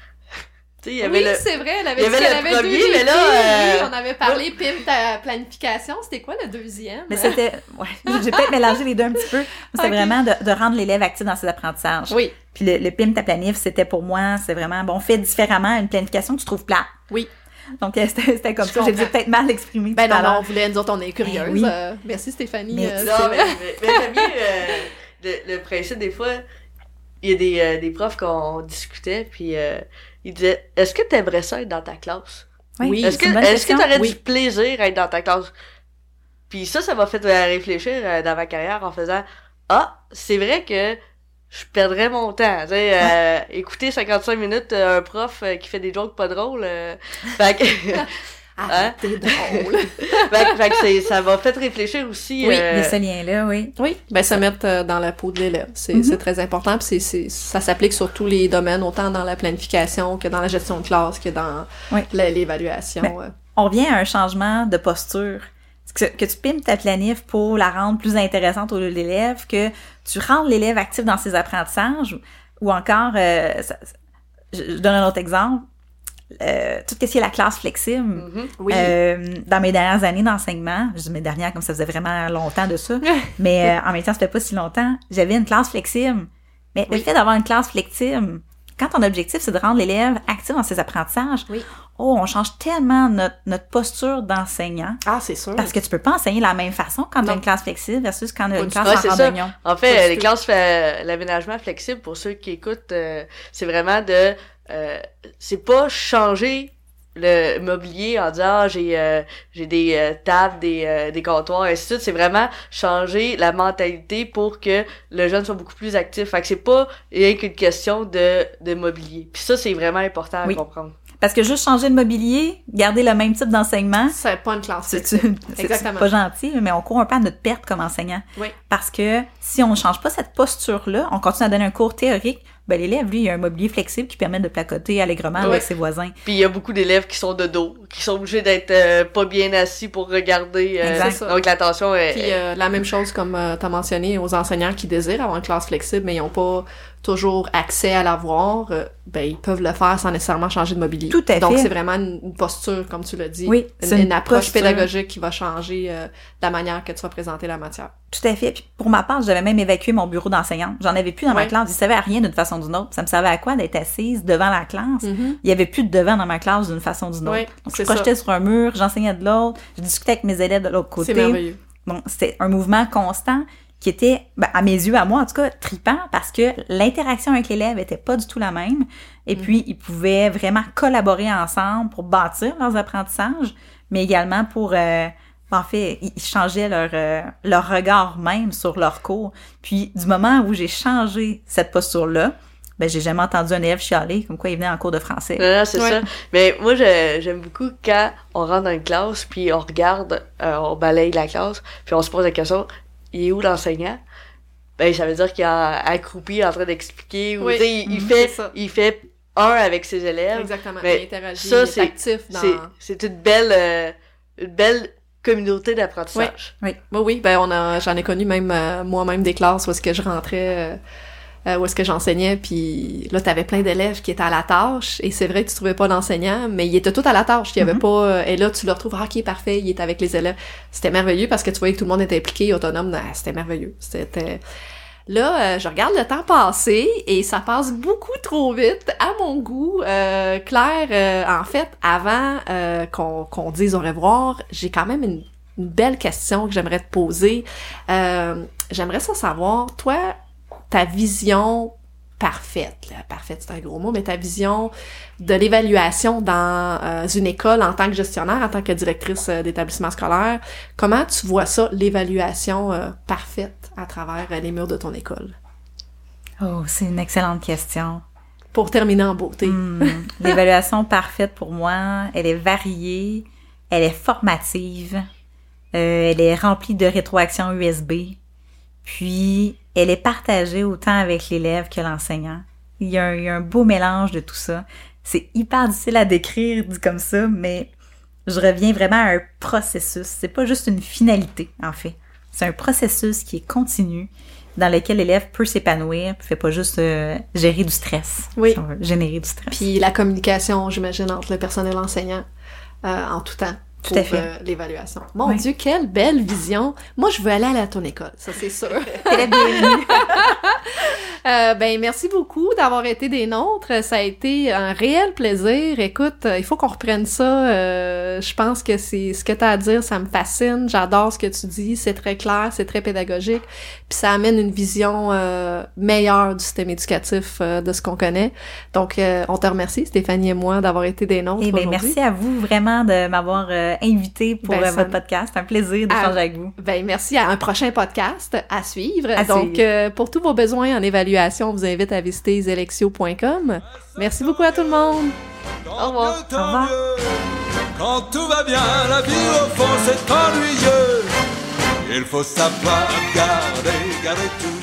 Oui, c'est vrai, elle avait dit qu'elle avait 2 défis. Mais là, oui, on avait parlé pimpe ta planification. C'était quoi le 2e? Mais c'était... Ouais, j'ai peut-être mélangé les deux un petit peu. C'était vraiment de rendre l'élève actif dans ses apprentissages. Oui. Puis le pimpe ta planif, c'était pour moi, c'est vraiment, bon, fait différemment une planification que tu trouves plate. Oui. Donc, c'était comme ça. J'ai peut-être mal exprimé. Ben non, on voulait, nous autres, on est curieuses. Oui. Merci Stéphanie. Mais j'aime bien le principe des fois... Il y a des profs qu'on discutait, puis ils disaient « Est-ce que t'aimerais ça être dans ta classe? » Oui. Est-ce que t'aurais du plaisir à être dans ta classe? Puis ça m'a fait réfléchir dans ma carrière en faisant « Ah, c'est vrai que je perdrais mon temps. » Tu sais, écouter 55 minutes un prof qui fait des jokes pas drôles. Fait que... t'es drôle. fait que ça m'a fait réfléchir aussi. Oui, il y a ce lien-là, oui. Oui, ben se mettre dans la peau de l'élève, c'est très important. Puis ça s'applique sur tous les domaines, autant dans la planification que dans la gestion de classe, que dans l'évaluation. On revient à un changement de posture. Que tu pimpes ta planif pour la rendre plus intéressante au l'élève, que tu rendes l'élève actif dans ses apprentissages, ou encore, je donne un autre exemple, tout ce qui est la classe flexible. Dans mes dernières années d'enseignement, je dis mes dernières comme ça faisait vraiment longtemps de ça, mais en même temps ça fait pas si longtemps, j'avais une classe flexible. Mais le fait d'avoir une classe flexible, quand ton objectif c'est de rendre l'élève actif dans ses apprentissages, on change tellement notre posture d'enseignant. Ah, c'est sûr. Parce que tu peux pas enseigner de la même façon quand tu as une classe flexible versus quand tu as une classe en randonnion. En fait, les classes l'aménagement flexible, pour ceux qui écoutent, c'est vraiment c'est pas changer le mobilier en disant j'ai des tables, des comptoirs, et ainsi de suite. C'est vraiment changer la mentalité pour que le jeune soit beaucoup plus actif. Fait que c'est pas rien qu'une question de mobilier. Puis ça, c'est vraiment important à comprendre. Parce que juste changer de mobilier, garder le même type d'enseignement... C'est pas une classe. C'est pas gentil, mais on court un peu à notre perte comme enseignant. Oui. Parce que si on ne change pas cette posture-là, on continue à donner un cours théorique, ben l'élève, lui, il a un mobilier flexible qui permet de placoter allègrement avec ses voisins. Puis il y a beaucoup d'élèves qui sont de dos, qui sont obligés d'être pas bien assis pour regarder. Donc l'attention est... Puis la même chose comme t'as mentionné aux enseignants qui désirent avoir une classe flexible, mais ils n'ont pas toujours accès à l'avoir, ben ils peuvent le faire sans nécessairement changer de mobilier. Tout à fait. Donc c'est vraiment une posture, comme tu l'as dit, oui, une approche pédagogique qui va changer la manière que tu vas présenter la matière. Tout à fait. Puis pour ma part, j'avais même évacué mon bureau d'enseignante. J'en avais plus dans ma classe. Je savais à rien d'une façon ou d'une autre. Ça me servait à quoi d'être assise devant la classe? Il y avait plus de devant dans ma classe d'une façon ou d'une autre. Donc je projetais sur un mur, j'enseignais de l'autre, je discutais avec mes élèves de l'autre côté. C'est merveilleux. Donc c'était un mouvement constant qui était, à mes yeux, à moi en tout cas, trippant parce que l'interaction avec l'élève était pas du tout la même. Et puis, ils pouvaient vraiment collaborer ensemble pour bâtir leurs apprentissages, mais également pour... en fait, ils changeaient leur regard même sur leur cours. Puis, du moment où j'ai changé cette posture-là, ben j'ai jamais entendu un élève chialer comme quoi il venait en cours de français. Non, c'est ça. Mais moi, j'aime beaucoup quand on rentre dans une classe, puis on regarde, on balaye la classe, puis on se pose la question... Il est où l'enseignant? Ben, ça veut dire qu'il est accroupi en train d'expliquer. Ou, il fait un avec ses élèves. Exactement. Mais il interagit, ça, il est actif dans... C'est une belle communauté d'apprentissage. Oui. Ben, j'en ai connu même moi-même des classes où est-ce que je rentrais... où est-ce que j'enseignais, puis là, t'avais plein d'élèves qui étaient à la tâche, et c'est vrai que tu trouvais pas l'enseignant, mais ils étaient tous à la tâche, il y avait pas... et là, tu le retrouves, ok, parfait, il est avec les élèves. C'était merveilleux, parce que tu voyais que tout le monde était impliqué, autonome, c'était merveilleux. Là, je regarde le temps passer, et ça passe beaucoup trop vite, à mon goût. Claire, en fait, avant qu'on dise au revoir, j'ai quand même une belle question que j'aimerais te poser. J'aimerais savoir, toi, ta vision parfaite, c'est un gros mot, mais ta vision de l'évaluation dans une école en tant que gestionnaire, en tant que directrice d'établissement scolaire, comment tu vois ça, l'évaluation parfaite à travers les murs de ton école? Oh, c'est une excellente question. Pour terminer en beauté. L'évaluation parfaite pour moi, elle est variée, elle est formative, elle est remplie de rétroaction USB, puis elle est partagée autant avec l'élève que l'enseignant. Il y a un beau mélange de tout ça. C'est hyper difficile à décrire dit comme ça, mais je reviens vraiment à un processus. C'est pas juste une finalité, en fait. C'est un processus qui est continu, dans lequel l'élève peut s'épanouir, puis fait pas juste gérer du stress. Oui. Si on veut, générer du stress. Puis la communication, j'imagine, entre le personnel enseignant en tout temps. Tout à fait. L'évaluation. Mon Dieu, quelle belle vision. Moi, je veux aller à ton école, ça c'est sûr. T'es la bienvenue. Ben, merci beaucoup d'avoir été des nôtres. Ça a été un réel plaisir. Écoute, il faut qu'on reprenne ça. Je pense que c'est ce que t'as à dire, ça me fascine. J'adore ce que tu dis. C'est très clair, c'est très pédagogique. Puis ça amène une vision meilleure du système éducatif de ce qu'on connaît. Donc, on te remercie, Stéphanie et moi, d'avoir été des nôtres aujourd'hui. Merci à vous vraiment de m'avoir invité pour votre podcast. C'est un plaisir d'échanger avec vous. Ben, merci à un prochain podcast à suivre. Donc, pour tous vos besoins en évaluation, on vous invite à visiter zelexio.com. Merci beaucoup à tout le monde. Au revoir. Au revoir. Quand tout va bien, la vie au fond c'est ennuyeux. Il faut savoir garder toujours